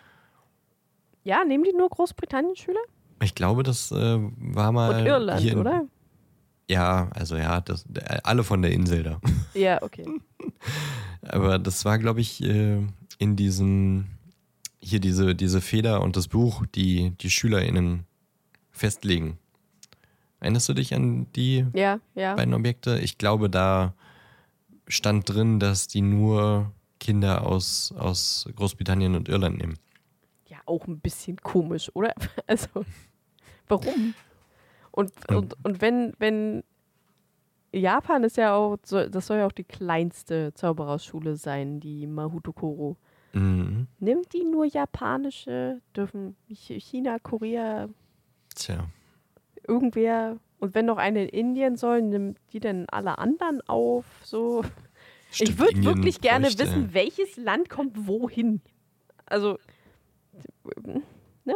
[SPEAKER 2] Ja, nehmen die nur Großbritannien-Schüler?
[SPEAKER 1] Ich glaube, das war mal.
[SPEAKER 2] Und Irland,
[SPEAKER 1] hier
[SPEAKER 2] oder?
[SPEAKER 1] Ja, also ja, alle von der Insel da.
[SPEAKER 2] Ja, okay.
[SPEAKER 1] Aber das war, glaube ich, in diesem, hier diese Feder und das Buch, die SchülerInnen festlegen. Erinnerst du dich an die
[SPEAKER 2] Ja.
[SPEAKER 1] beiden Objekte? Ich glaube, da stand drin, dass die nur Kinder aus Großbritannien und Irland nehmen.
[SPEAKER 2] Ja, auch ein bisschen komisch, oder? Also, warum? Und wenn Japan ist ja auch, das soll ja auch die kleinste Zaubererschule sein, die Mahoutokoro Koro.
[SPEAKER 1] Mhm.
[SPEAKER 2] Nimmt die nur japanische? Dürfen China, Korea,
[SPEAKER 1] Tja.
[SPEAKER 2] irgendwer? Und wenn noch eine in Indien soll, nimmt die denn alle anderen auf? So.
[SPEAKER 1] Stimmt,
[SPEAKER 2] Ich würde
[SPEAKER 1] Indien
[SPEAKER 2] wirklich gerne
[SPEAKER 1] bräuchte-
[SPEAKER 2] wissen, welches Land kommt wohin. Also, ne?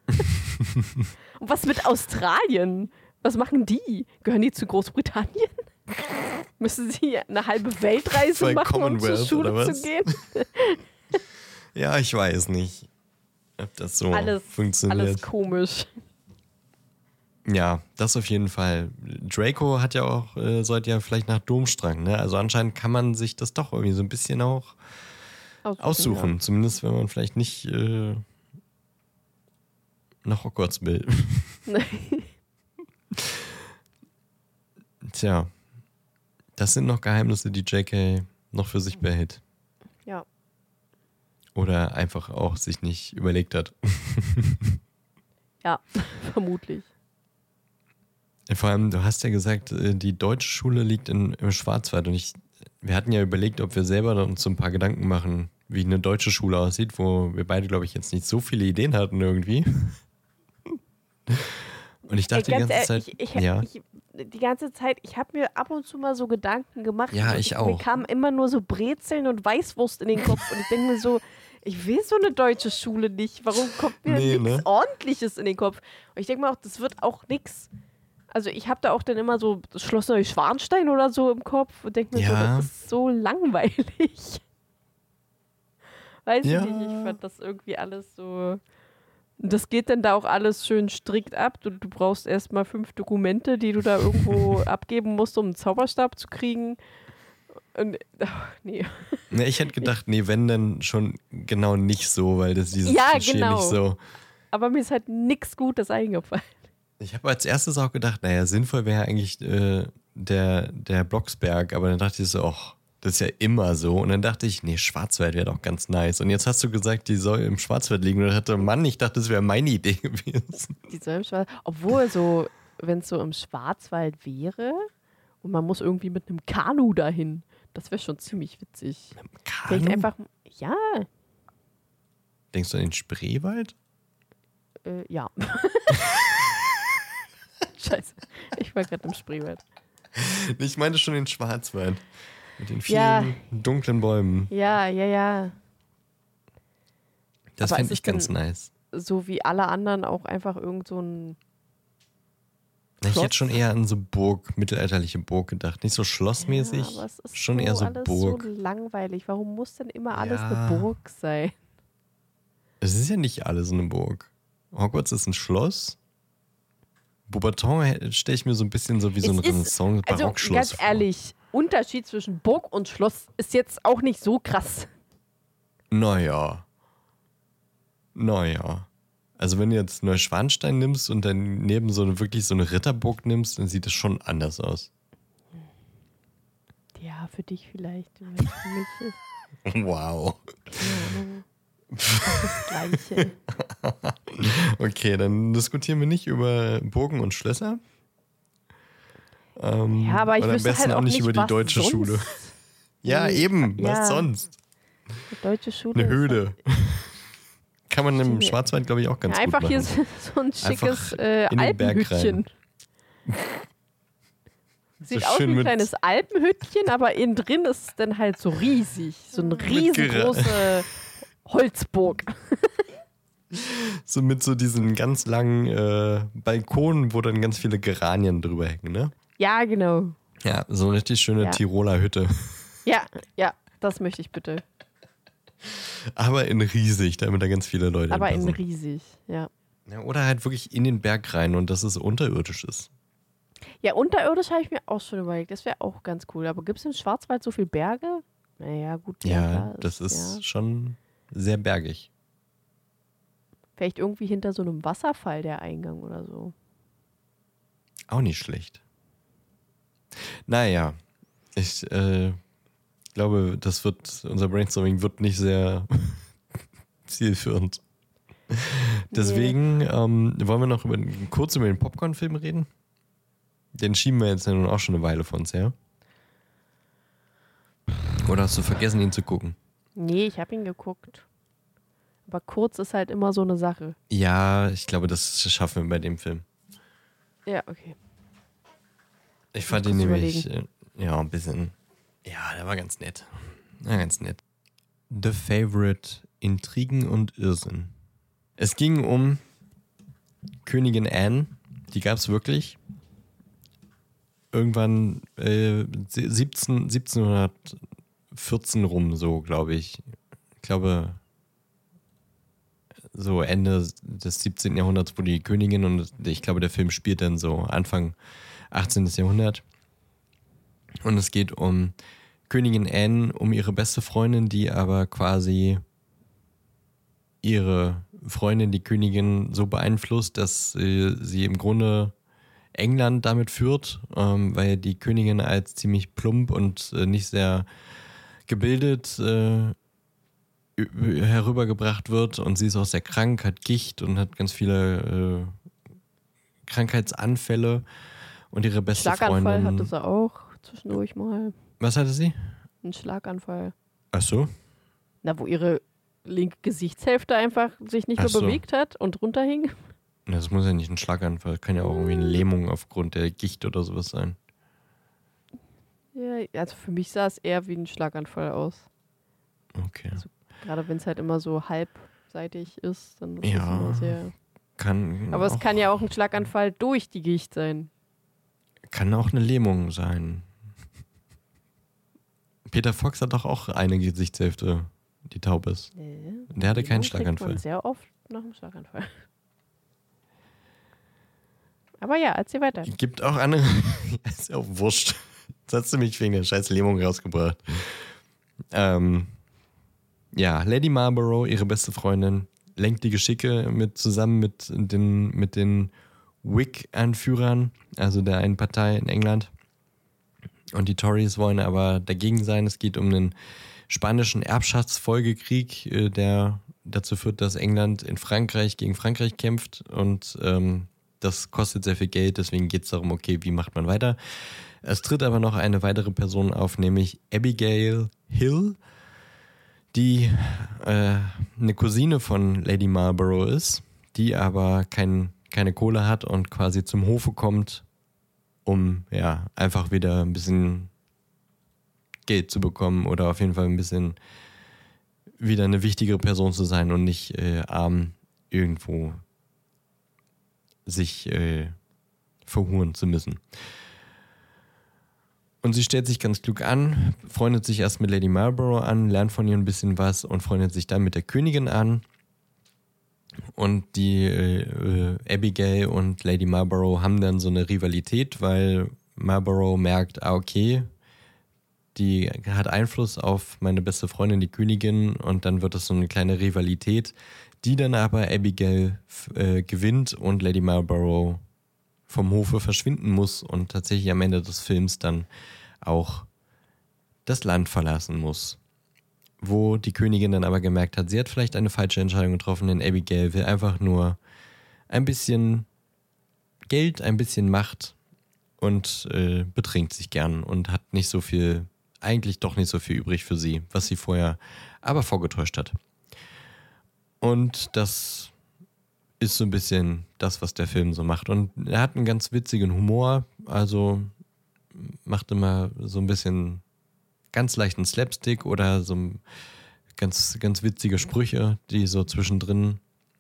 [SPEAKER 2] Und was mit Australien? Was machen die? Gehören die zu Großbritannien? Müssen sie eine halbe Weltreise
[SPEAKER 1] Bei
[SPEAKER 2] machen, um zur
[SPEAKER 1] Commonwealth,
[SPEAKER 2] Schule
[SPEAKER 1] oder
[SPEAKER 2] zu
[SPEAKER 1] was?
[SPEAKER 2] gehen?
[SPEAKER 1] Ja, ich weiß nicht, ob das so
[SPEAKER 2] Alles
[SPEAKER 1] funktioniert.
[SPEAKER 2] komisch.
[SPEAKER 1] Ja, das auf jeden Fall. Draco hat ja auch, sollte ja vielleicht nach Domstrang, ne? Also anscheinend kann man sich das doch irgendwie so ein bisschen auch aussuchen. Zumindest wenn man vielleicht nicht nach Hogwarts will.
[SPEAKER 2] Ja.
[SPEAKER 1] Tja, das sind noch Geheimnisse, die JK noch für sich behält.
[SPEAKER 2] Ja.
[SPEAKER 1] Oder einfach auch sich nicht überlegt hat.
[SPEAKER 2] Ja, vermutlich.
[SPEAKER 1] Vor allem, du hast ja gesagt, die deutsche Schule liegt im Schwarzwald und wir hatten ja überlegt, ob wir selber uns so ein paar Gedanken machen, wie eine deutsche Schule aussieht, wo wir beide, glaube ich, jetzt nicht so viele Ideen hatten irgendwie. Und ich dachte die ganze Zeit,
[SPEAKER 2] die ganze Zeit, ich habe mir ab und zu mal so Gedanken gemacht.
[SPEAKER 1] Ja,
[SPEAKER 2] und
[SPEAKER 1] ich auch.
[SPEAKER 2] Mir kamen immer nur so Brezeln und Weißwurst in den Kopf und ich denke mir so, ich will so eine deutsche Schule nicht. Warum kommt mir nichts Ordentliches in den Kopf? Und ich denke mir auch, das wird auch nichts. Also ich habe da auch dann immer so das Schloss Neuschwanstein oder so im Kopf und denke mir so, das ist so langweilig. Weiß ich nicht, ich fand das irgendwie alles so. Das geht dann da auch alles schön strikt ab. Du brauchst erstmal 5 Dokumente, die du da irgendwo abgeben musst, um einen Zauberstab zu kriegen. Und, nee.
[SPEAKER 1] Ne, ich hätte gedacht, wenn dann schon genau nicht so, weil das dieses Klischee nicht so.
[SPEAKER 2] Aber mir ist halt nichts Gutes eingefallen.
[SPEAKER 1] Ich habe als erstes auch gedacht, sinnvoll wäre eigentlich der Blocksberg, aber dann dachte ich so, das ist ja immer so. Und dann dachte ich, Schwarzwald wäre doch ganz nice. Und jetzt hast du gesagt, die soll im Schwarzwald liegen. Und dann dachte ich dachte, das wäre meine Idee gewesen.
[SPEAKER 2] Die soll im Schwarzwald. Obwohl, so, wenn es so im Schwarzwald wäre und man muss irgendwie mit einem Kanu dahin, das wäre schon ziemlich witzig.
[SPEAKER 1] Kanu?
[SPEAKER 2] Vielleicht einfach, ja.
[SPEAKER 1] Denkst du an den Spreewald?
[SPEAKER 2] Ja. Scheiße, ich war gerade im Spreewald.
[SPEAKER 1] Ich meinte schon den Schwarzwald. Mit den vielen dunklen Bäumen.
[SPEAKER 2] Ja.
[SPEAKER 1] Das
[SPEAKER 2] Aber
[SPEAKER 1] fände
[SPEAKER 2] ist
[SPEAKER 1] ich ganz
[SPEAKER 2] denn-
[SPEAKER 1] nice.
[SPEAKER 2] so wie alle anderen auch einfach irgend so ein
[SPEAKER 1] Ich
[SPEAKER 2] Schloss?
[SPEAKER 1] hätte schon eher an so Burg, mittelalterliche Burg gedacht. Nicht so schlossmäßig,
[SPEAKER 2] Ja, aber es ist
[SPEAKER 1] schon
[SPEAKER 2] so
[SPEAKER 1] eher so
[SPEAKER 2] alles
[SPEAKER 1] Burg.
[SPEAKER 2] so langweilig. Warum muss denn immer alles
[SPEAKER 1] Ja.
[SPEAKER 2] eine Burg sein?
[SPEAKER 1] Es ist ja nicht alles eine Burg. Hogwarts ist ein Schloss. Beauxbaton stelle ich mir so ein bisschen so wie so ein
[SPEAKER 2] Es ist-
[SPEAKER 1] Renaissance-Barockschloss
[SPEAKER 2] Also ganz ehrlich, Unterschied zwischen Burg und Schloss ist jetzt auch nicht so krass.
[SPEAKER 1] vor. Naja. Also wenn du jetzt Neuschwanstein nimmst und dann neben wirklich so eine Ritterburg nimmst, dann sieht es schon anders aus.
[SPEAKER 2] Ja, für dich vielleicht. Für mich ist
[SPEAKER 1] Wow.
[SPEAKER 2] keine Ahnung. Das Gleiche.
[SPEAKER 1] Okay, dann diskutieren wir nicht über Burgen und Schlösser.
[SPEAKER 2] Ja, aber ich
[SPEAKER 1] und am
[SPEAKER 2] wüsste
[SPEAKER 1] besten
[SPEAKER 2] halt auch nicht,
[SPEAKER 1] über die
[SPEAKER 2] was
[SPEAKER 1] deutsche
[SPEAKER 2] sonst.
[SPEAKER 1] Schule. Ja, eben.
[SPEAKER 2] Ja.
[SPEAKER 1] Was sonst?
[SPEAKER 2] Die deutsche Schule.
[SPEAKER 1] Eine
[SPEAKER 2] ist
[SPEAKER 1] Höhle. Kann man im
[SPEAKER 2] Stimmt.
[SPEAKER 1] Schwarzwald, glaube ich, auch ganz
[SPEAKER 2] Einfach
[SPEAKER 1] gut
[SPEAKER 2] hier
[SPEAKER 1] machen.
[SPEAKER 2] so ein schickes
[SPEAKER 1] in den Berg
[SPEAKER 2] Alpenhütchen. Sieht aus wie
[SPEAKER 1] schön
[SPEAKER 2] ein
[SPEAKER 1] mit-
[SPEAKER 2] kleines Alpenhütchen, aber innen drin ist es dann halt so riesig. So eine riesengroße Holzburg.
[SPEAKER 1] So mit so diesen ganz langen Balkonen, wo dann ganz viele Geranien drüber hängen, ne?
[SPEAKER 2] Ja, genau.
[SPEAKER 1] Ja, so eine richtig schöne
[SPEAKER 2] Ja.
[SPEAKER 1] Tiroler Hütte.
[SPEAKER 2] Ja, das möchte ich bitte.
[SPEAKER 1] Aber in riesig, damit da ganz viele Leute
[SPEAKER 2] Aber in
[SPEAKER 1] passen.
[SPEAKER 2] riesig, ja.
[SPEAKER 1] Ja, oder halt wirklich in den Berg rein und dass es unterirdisch ist.
[SPEAKER 2] Ja, unterirdisch habe ich mir auch schon überlegt. Das wäre auch ganz cool. Aber gibt es im Schwarzwald so viele Berge? Naja, gut.
[SPEAKER 1] Ja,
[SPEAKER 2] klar,
[SPEAKER 1] das ist
[SPEAKER 2] ja.
[SPEAKER 1] schon sehr bergig.
[SPEAKER 2] Vielleicht irgendwie hinter so einem Wasserfall der Eingang oder so.
[SPEAKER 1] Auch nicht schlecht. Naja, ich glaube, unser Brainstorming wird nicht sehr zielführend. Deswegen wollen wir noch kurz über den Popcorn-Film reden. Den schieben wir jetzt ja nun auch schon eine Weile von uns her. Oder hast du vergessen, ihn zu gucken?
[SPEAKER 2] Nee, ich habe ihn geguckt. Aber kurz ist halt immer so eine Sache.
[SPEAKER 1] Ja, ich glaube, das schaffen wir bei dem Film.
[SPEAKER 2] Ja, okay.
[SPEAKER 1] Ich fand ihn nämlich, ein bisschen, ja, der war ganz nett. Ja, ganz nett. The Favorite, Intrigen und Irrsinn. Es ging um Königin Anne, die gab es wirklich. Irgendwann 1714 rum, so glaube ich. Ich glaube, so Ende des 17. Jahrhunderts wurde die Königin und ich glaube, der Film spielt dann so Anfang 18. Jahrhundert. Und es geht um Königin Anne, um ihre beste Freundin, die aber quasi ihre Freundin, die Königin, so beeinflusst, dass sie im Grunde England damit führt, weil die Königin als ziemlich plump und nicht sehr gebildet herübergebracht wird und sie ist auch sehr krank, hat Gicht und hat ganz viele Krankheitsanfälle und ihre beste
[SPEAKER 2] Schlaganfall
[SPEAKER 1] Freundin...
[SPEAKER 2] hatte sie auch zwischendurch mal.
[SPEAKER 1] Was hatte sie?
[SPEAKER 2] Einen Schlaganfall.
[SPEAKER 1] Ach so?
[SPEAKER 2] Na, wo ihre linke Gesichtshälfte einfach sich nicht
[SPEAKER 1] Ach
[SPEAKER 2] mehr
[SPEAKER 1] so.
[SPEAKER 2] bewegt hat und runterhing.
[SPEAKER 1] Das muss ja nicht ein Schlaganfall, das kann ja auch irgendwie eine Lähmung aufgrund der Gicht oder sowas sein.
[SPEAKER 2] Ja, also für mich sah es eher wie ein Schlaganfall aus.
[SPEAKER 1] Okay.
[SPEAKER 2] Gerade wenn es halt immer so halbseitig ist, dann ist
[SPEAKER 1] Ja.
[SPEAKER 2] es immer sehr...
[SPEAKER 1] Kann
[SPEAKER 2] Aber es
[SPEAKER 1] auch,
[SPEAKER 2] kann ja auch ein Schlaganfall durch die Gicht sein.
[SPEAKER 1] kann auch eine Lähmung sein. Peter Fox hat doch auch eine Gesichtshälfte, die taub ist.
[SPEAKER 2] Nee.
[SPEAKER 1] Der hatte keinen
[SPEAKER 2] Lähmung kriegt
[SPEAKER 1] Schlaganfall.
[SPEAKER 2] man sehr oft nach einem Schlaganfall. Aber ja, erzähl weiter.
[SPEAKER 1] Gibt auch andere. Ist ja auch wurscht. Jetzt hast du mich wegen der scheiß Lähmung rausgebracht. Ja, Lady Marlborough, ihre beste Freundin, lenkt die Geschicke zusammen mit den Whig-Anführern, also der einen Partei in England. Und die Tories wollen aber dagegen sein. Es geht um einen spanischen Erbschaftsfolgekrieg, der dazu führt, dass England gegen Frankreich kämpft. Und das kostet sehr viel Geld. Deswegen geht es darum, okay, wie macht man weiter? Es tritt aber noch eine weitere Person auf, nämlich Abigail Hill, die eine Cousine von Lady Marlborough ist, die aber keine Kohle hat und quasi zum Hofe kommt, um ja einfach wieder ein bisschen Geld zu bekommen oder auf jeden Fall ein bisschen wieder eine wichtigere Person zu sein und nicht arm irgendwo sich verhuren zu müssen. Und sie stellt sich ganz klug an, freundet sich erst mit Lady Marlborough an, lernt von ihr ein bisschen was und freundet sich dann mit der Königin an. Und die Abigail und Lady Marlborough haben dann so eine Rivalität, weil Marlborough merkt, okay, die hat Einfluss auf meine beste Freundin, die Königin, und dann wird es so eine kleine Rivalität, die dann aber Abigail gewinnt und Lady Marlborough vom Hofe verschwinden muss und tatsächlich am Ende des Films dann auch das Land verlassen muss. Wo die Königin dann aber gemerkt hat, sie hat vielleicht eine falsche Entscheidung getroffen, denn Abigail will einfach nur ein bisschen Geld, ein bisschen Macht und betrinkt sich gern und hat nicht so viel, eigentlich doch nicht so viel übrig für sie, was sie vorher aber vorgetäuscht hat. Und das ist so ein bisschen das, was der Film so macht. Und er hat einen ganz witzigen Humor, also macht immer so ein bisschen ganz leichten Slapstick oder so ganz, ganz witzige Sprüche, die so zwischendrin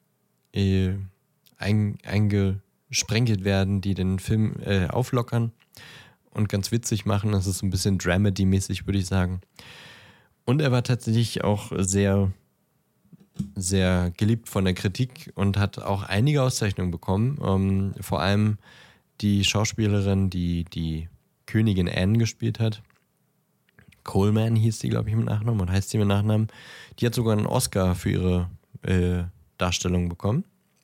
[SPEAKER 1] eingesprenkelt werden, die den Film auflockern und ganz witzig machen. Das ist so ein bisschen Dramedy-mäßig, würde ich sagen. Und er war tatsächlich auch sehr, sehr geliebt von der Kritik und hat auch einige Auszeichnungen bekommen. Vor allem die Schauspielerin, die die Königin Anne gespielt hat, Coleman hieß die, glaube ich, mit Nachnamen und heißt sie mit Nachnamen. Die hat sogar einen Oscar für ihre Darstellung bekommen.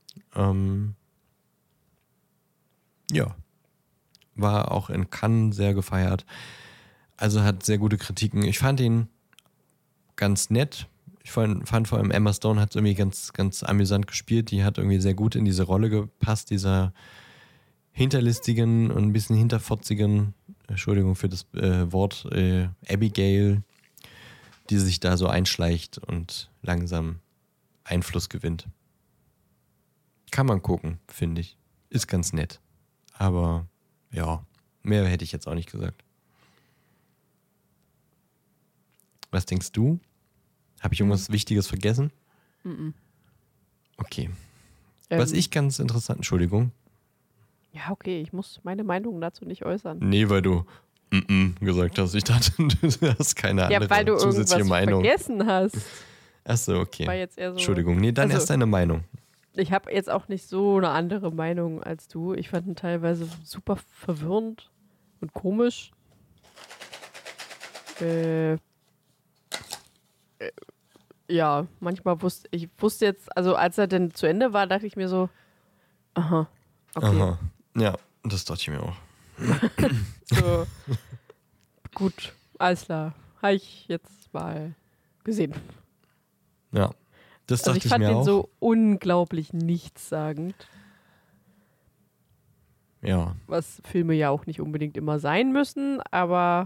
[SPEAKER 1] Ja, war auch in Cannes sehr gefeiert. Also hat sehr gute Kritiken. Ich fand ihn ganz nett. Ich fand vor allem Emma Stone hat irgendwie ganz, ganz amüsant gespielt. Die hat irgendwie sehr gut in diese Rolle gepasst, dieser hinterlistigen und ein bisschen hinterfotzigen, Entschuldigung für das Wort, Abigail, die sich da so einschleicht und langsam Einfluss gewinnt. Kann man gucken, finde ich. Ist ganz nett. Aber ja, mehr hätte ich jetzt auch nicht gesagt. Was denkst du? Habe ich irgendwas Wichtiges vergessen? Okay. Was ich ganz interessant, Entschuldigung.
[SPEAKER 2] Ja, okay, ich muss meine Meinung dazu nicht äußern.
[SPEAKER 1] Nee, weil du gesagt hast. Ich dachte, du hast keine andere
[SPEAKER 2] Ja, weil du
[SPEAKER 1] zusätzliche
[SPEAKER 2] irgendwas
[SPEAKER 1] Meinung.
[SPEAKER 2] vergessen hast.
[SPEAKER 1] Achso, okay.
[SPEAKER 2] War jetzt eher so,
[SPEAKER 1] Entschuldigung. Nee, dann erst deine Meinung.
[SPEAKER 2] Ich habe jetzt auch nicht so eine andere Meinung als du. Ich fand ihn teilweise super verwirrend und komisch. Ja, manchmal wusste jetzt, also als er denn zu Ende war, dachte ich mir so, aha, okay.
[SPEAKER 1] Aha. Ja, das dachte ich mir auch.
[SPEAKER 2] So, gut, alles klar. Habe ich jetzt mal gesehen.
[SPEAKER 1] Ja, das dachte
[SPEAKER 2] Also ich fand
[SPEAKER 1] ich mir
[SPEAKER 2] den
[SPEAKER 1] auch.
[SPEAKER 2] so unglaublich nichtssagend.
[SPEAKER 1] Ja.
[SPEAKER 2] Was Filme ja auch nicht unbedingt immer sein müssen, aber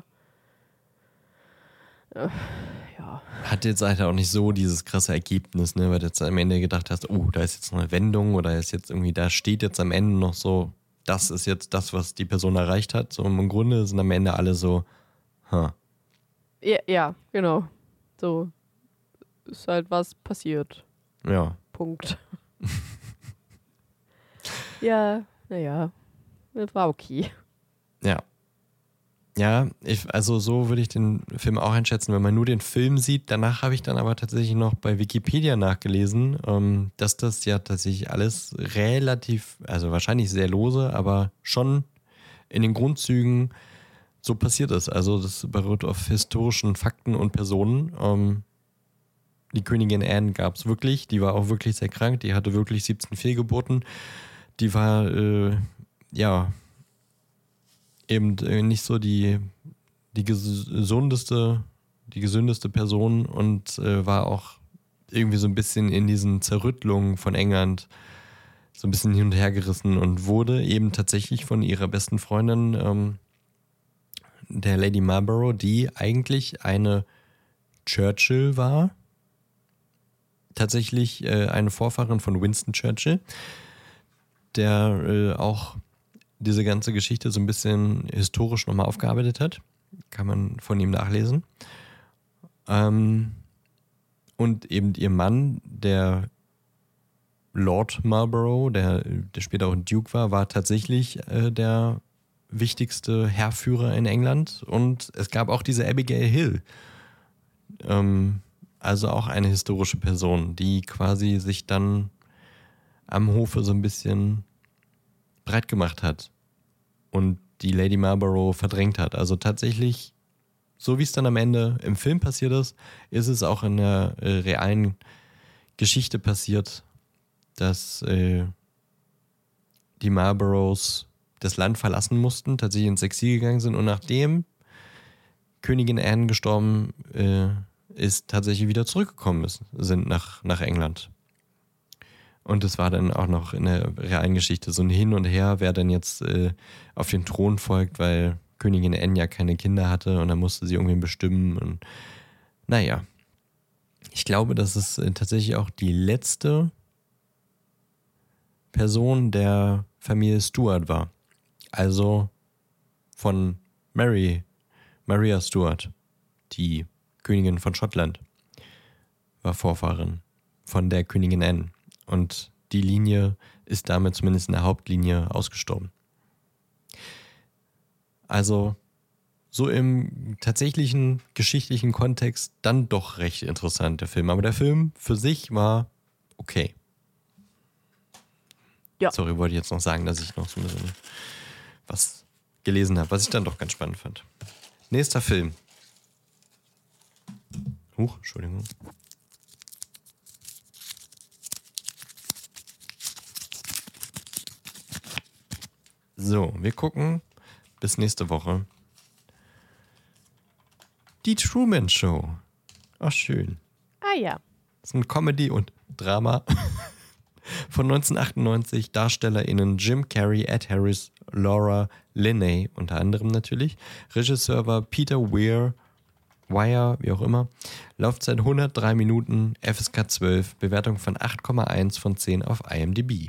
[SPEAKER 2] ja.
[SPEAKER 1] Hat jetzt halt auch nicht so dieses krasse Ergebnis, ne, weil du jetzt am Ende gedacht hast, oh, da ist jetzt noch eine Wendung oder ist jetzt irgendwie, da steht jetzt am Ende noch so, das ist jetzt das, was die Person erreicht hat. So im Grunde sind am Ende alle so,
[SPEAKER 2] Ja, genau. So ist halt was passiert.
[SPEAKER 1] Ja.
[SPEAKER 2] Punkt. Ja, naja. Das war okay.
[SPEAKER 1] Ja. Ja, also so würde ich den Film auch einschätzen, wenn man nur den Film sieht. Danach habe ich dann aber tatsächlich noch bei Wikipedia nachgelesen, dass das ja tatsächlich alles relativ, also wahrscheinlich sehr lose, aber schon in den Grundzügen so passiert ist. Also das beruht auf historischen Fakten und Personen. Die Königin Anne gab es wirklich, die war auch wirklich sehr krank, die hatte wirklich 17 Fehlgeburten. Die war, eben nicht so die gesündeste Person und war auch irgendwie so ein bisschen in diesen Zerrüttlungen von England so ein bisschen hin und her gerissen und wurde eben tatsächlich von ihrer besten Freundin, der Lady Marlborough, die eigentlich eine Churchill war, tatsächlich eine Vorfahrin von Winston Churchill, der auch diese ganze Geschichte so ein bisschen historisch nochmal aufgearbeitet hat. Kann man von ihm nachlesen. Und eben ihr Mann, der Lord Marlborough, der später auch ein Duke war tatsächlich der wichtigste Heerführer in England. Und es gab auch diese Abigail Hill, also auch eine historische Person, die quasi sich dann am Hofe so ein bisschen breit gemacht hat und die Lady Marlborough verdrängt hat. Also tatsächlich, so wie es dann am Ende im Film passiert ist es auch in der realen Geschichte passiert, dass die Marlboroughs das Land verlassen mussten, tatsächlich ins Exil gegangen sind und nachdem Königin Anne gestorben ist, tatsächlich wieder zurückgekommen sind nach England. Und es war dann auch noch in der realen Geschichte so ein Hin und Her, wer dann jetzt auf den Thron folgt, weil Königin Anne ja keine Kinder hatte und dann musste sie irgendwen bestimmen. Und naja, ich glaube, dass es tatsächlich auch die letzte Person der Familie Stuart war. Also von Maria Stuart, die Königin von Schottland, war Vorfahrin von der Königin Anne. Und die Linie ist damit zumindest in der Hauptlinie ausgestorben. Also so im tatsächlichen geschichtlichen Kontext dann doch recht interessant, der Film. Aber der Film für sich war okay.
[SPEAKER 2] Ja.
[SPEAKER 1] Sorry, wollte ich jetzt noch sagen, dass ich noch so ein bisschen was gelesen habe, was ich dann doch ganz spannend fand. Nächster Film. Entschuldigung. So, wir gucken bis nächste Woche. Die Truman Show. Ach, schön.
[SPEAKER 2] Ah ja.
[SPEAKER 1] Das ist ein Comedy und Drama von 1998. DarstellerInnen Jim Carrey, Ed Harris, Laura Linney unter anderem natürlich. Regisseur war Peter Weir, wie auch immer. Laufzeit 103 Minuten, FSK 12, Bewertung von 8,1 von 10 auf IMDb.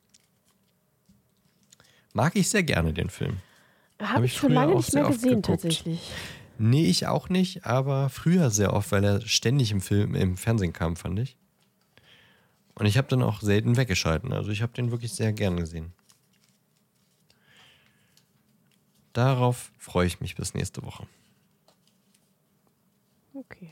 [SPEAKER 1] Mag ich sehr gerne, den Film.
[SPEAKER 2] Habe ich schon lange nicht mehr gesehen, tatsächlich.
[SPEAKER 1] Nee, ich auch nicht, aber früher sehr oft, weil er ständig im Fernsehen kam, fand ich. Und ich habe dann auch selten weggeschalten. Also ich habe den wirklich sehr gern gesehen. Darauf freue ich mich bis nächste Woche.
[SPEAKER 2] Okay.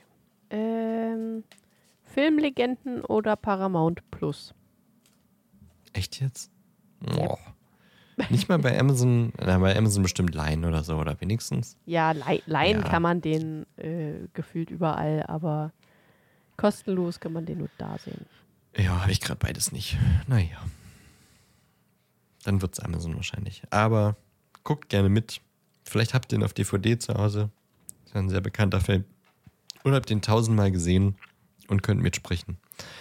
[SPEAKER 2] Filmlegenden oder Paramount Plus?
[SPEAKER 1] Echt jetzt? Oh. Nicht mal bei Amazon, bei Amazon bestimmt leihen oder so, oder wenigstens.
[SPEAKER 2] Ja, leihen kann man den gefühlt überall, aber kostenlos kann man den nur da sehen.
[SPEAKER 1] Ja, habe ich gerade beides nicht. Naja. Dann wird es Amazon wahrscheinlich. Aber guckt gerne mit. Vielleicht habt ihr ihn auf DVD zu Hause. Das ist ein sehr bekannter Film. Oder habt ihr ihn 1000-mal gesehen und könnt mitsprechen.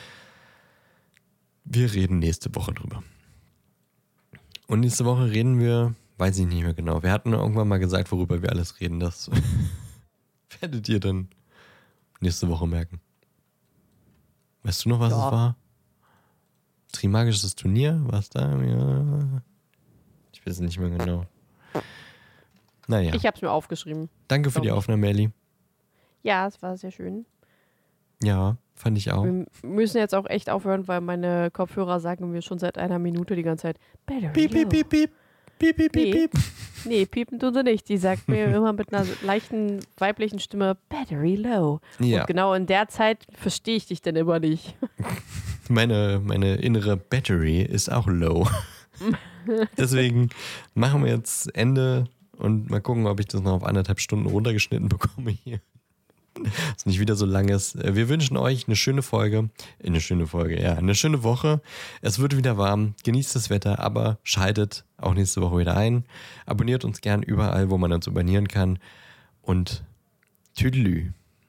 [SPEAKER 1] Wir reden nächste Woche drüber. Und nächste Woche reden wir, weiß ich nicht mehr genau. Wir hatten irgendwann mal gesagt, worüber wir alles reden. Das werdet ihr dann nächste Woche merken. Weißt du noch, was es war? Trimagisches Turnier? Was da? Ja. Ich weiß es nicht mehr genau. Naja.
[SPEAKER 2] Ich habe es mir aufgeschrieben.
[SPEAKER 1] Danke für die Aufnahme, Ellie.
[SPEAKER 2] Ja, es war sehr schön.
[SPEAKER 1] Ja, fand ich auch.
[SPEAKER 2] Wir müssen jetzt auch echt aufhören, weil meine Kopfhörer sagen mir schon seit einer Minute die ganze Zeit Battery
[SPEAKER 1] piep,
[SPEAKER 2] low.
[SPEAKER 1] piep, piep, piep. Piep, piep, piep, piep.
[SPEAKER 2] Nee, piepen tun sie nicht. Die sagt mir immer mit einer leichten weiblichen Stimme Battery low.
[SPEAKER 1] Ja.
[SPEAKER 2] Und genau in der Zeit verstehe ich dich dann immer nicht.
[SPEAKER 1] Meine innere Battery ist auch low. Deswegen machen wir jetzt Ende und mal gucken, ob ich das noch auf 1,5 Stunden runtergeschnitten bekomme hier. Dass nicht wieder so lang ist. Wir wünschen euch eine schöne Folge. Eine schöne Woche. Es wird wieder warm. Genießt das Wetter, aber schaltet auch nächste Woche wieder ein. Abonniert uns gern überall, wo man uns abonnieren kann. Und Tüdelü.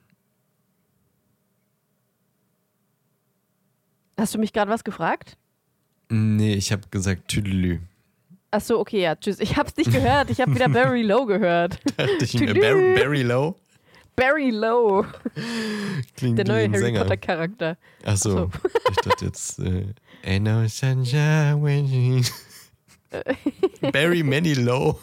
[SPEAKER 2] Hast du mich gerade was gefragt?
[SPEAKER 1] Nee, ich habe gesagt Tüdelü.
[SPEAKER 2] Achso, okay, ja, tschüss. Ich hab's nicht gehört. Ich habe wieder Barry Low gehört.
[SPEAKER 1] Dachte ich mir, Barry Low?
[SPEAKER 2] Barry Low.
[SPEAKER 1] Klingt
[SPEAKER 2] der neue
[SPEAKER 1] wie ein
[SPEAKER 2] Harry
[SPEAKER 1] Sänger.
[SPEAKER 2] Potter Charakter.
[SPEAKER 1] Achso. Ich dachte jetzt Ain't no sunshine when you... Barry Manilow.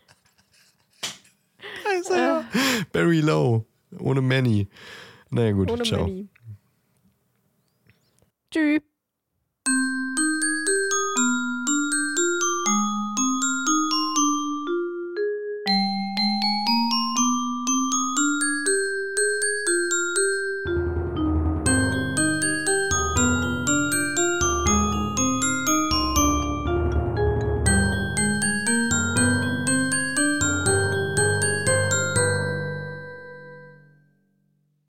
[SPEAKER 1] Also, ja. Barry Low. Ohne Manny. Naja gut,
[SPEAKER 2] Ohne
[SPEAKER 1] ciao.
[SPEAKER 2] Manny. Tschüss.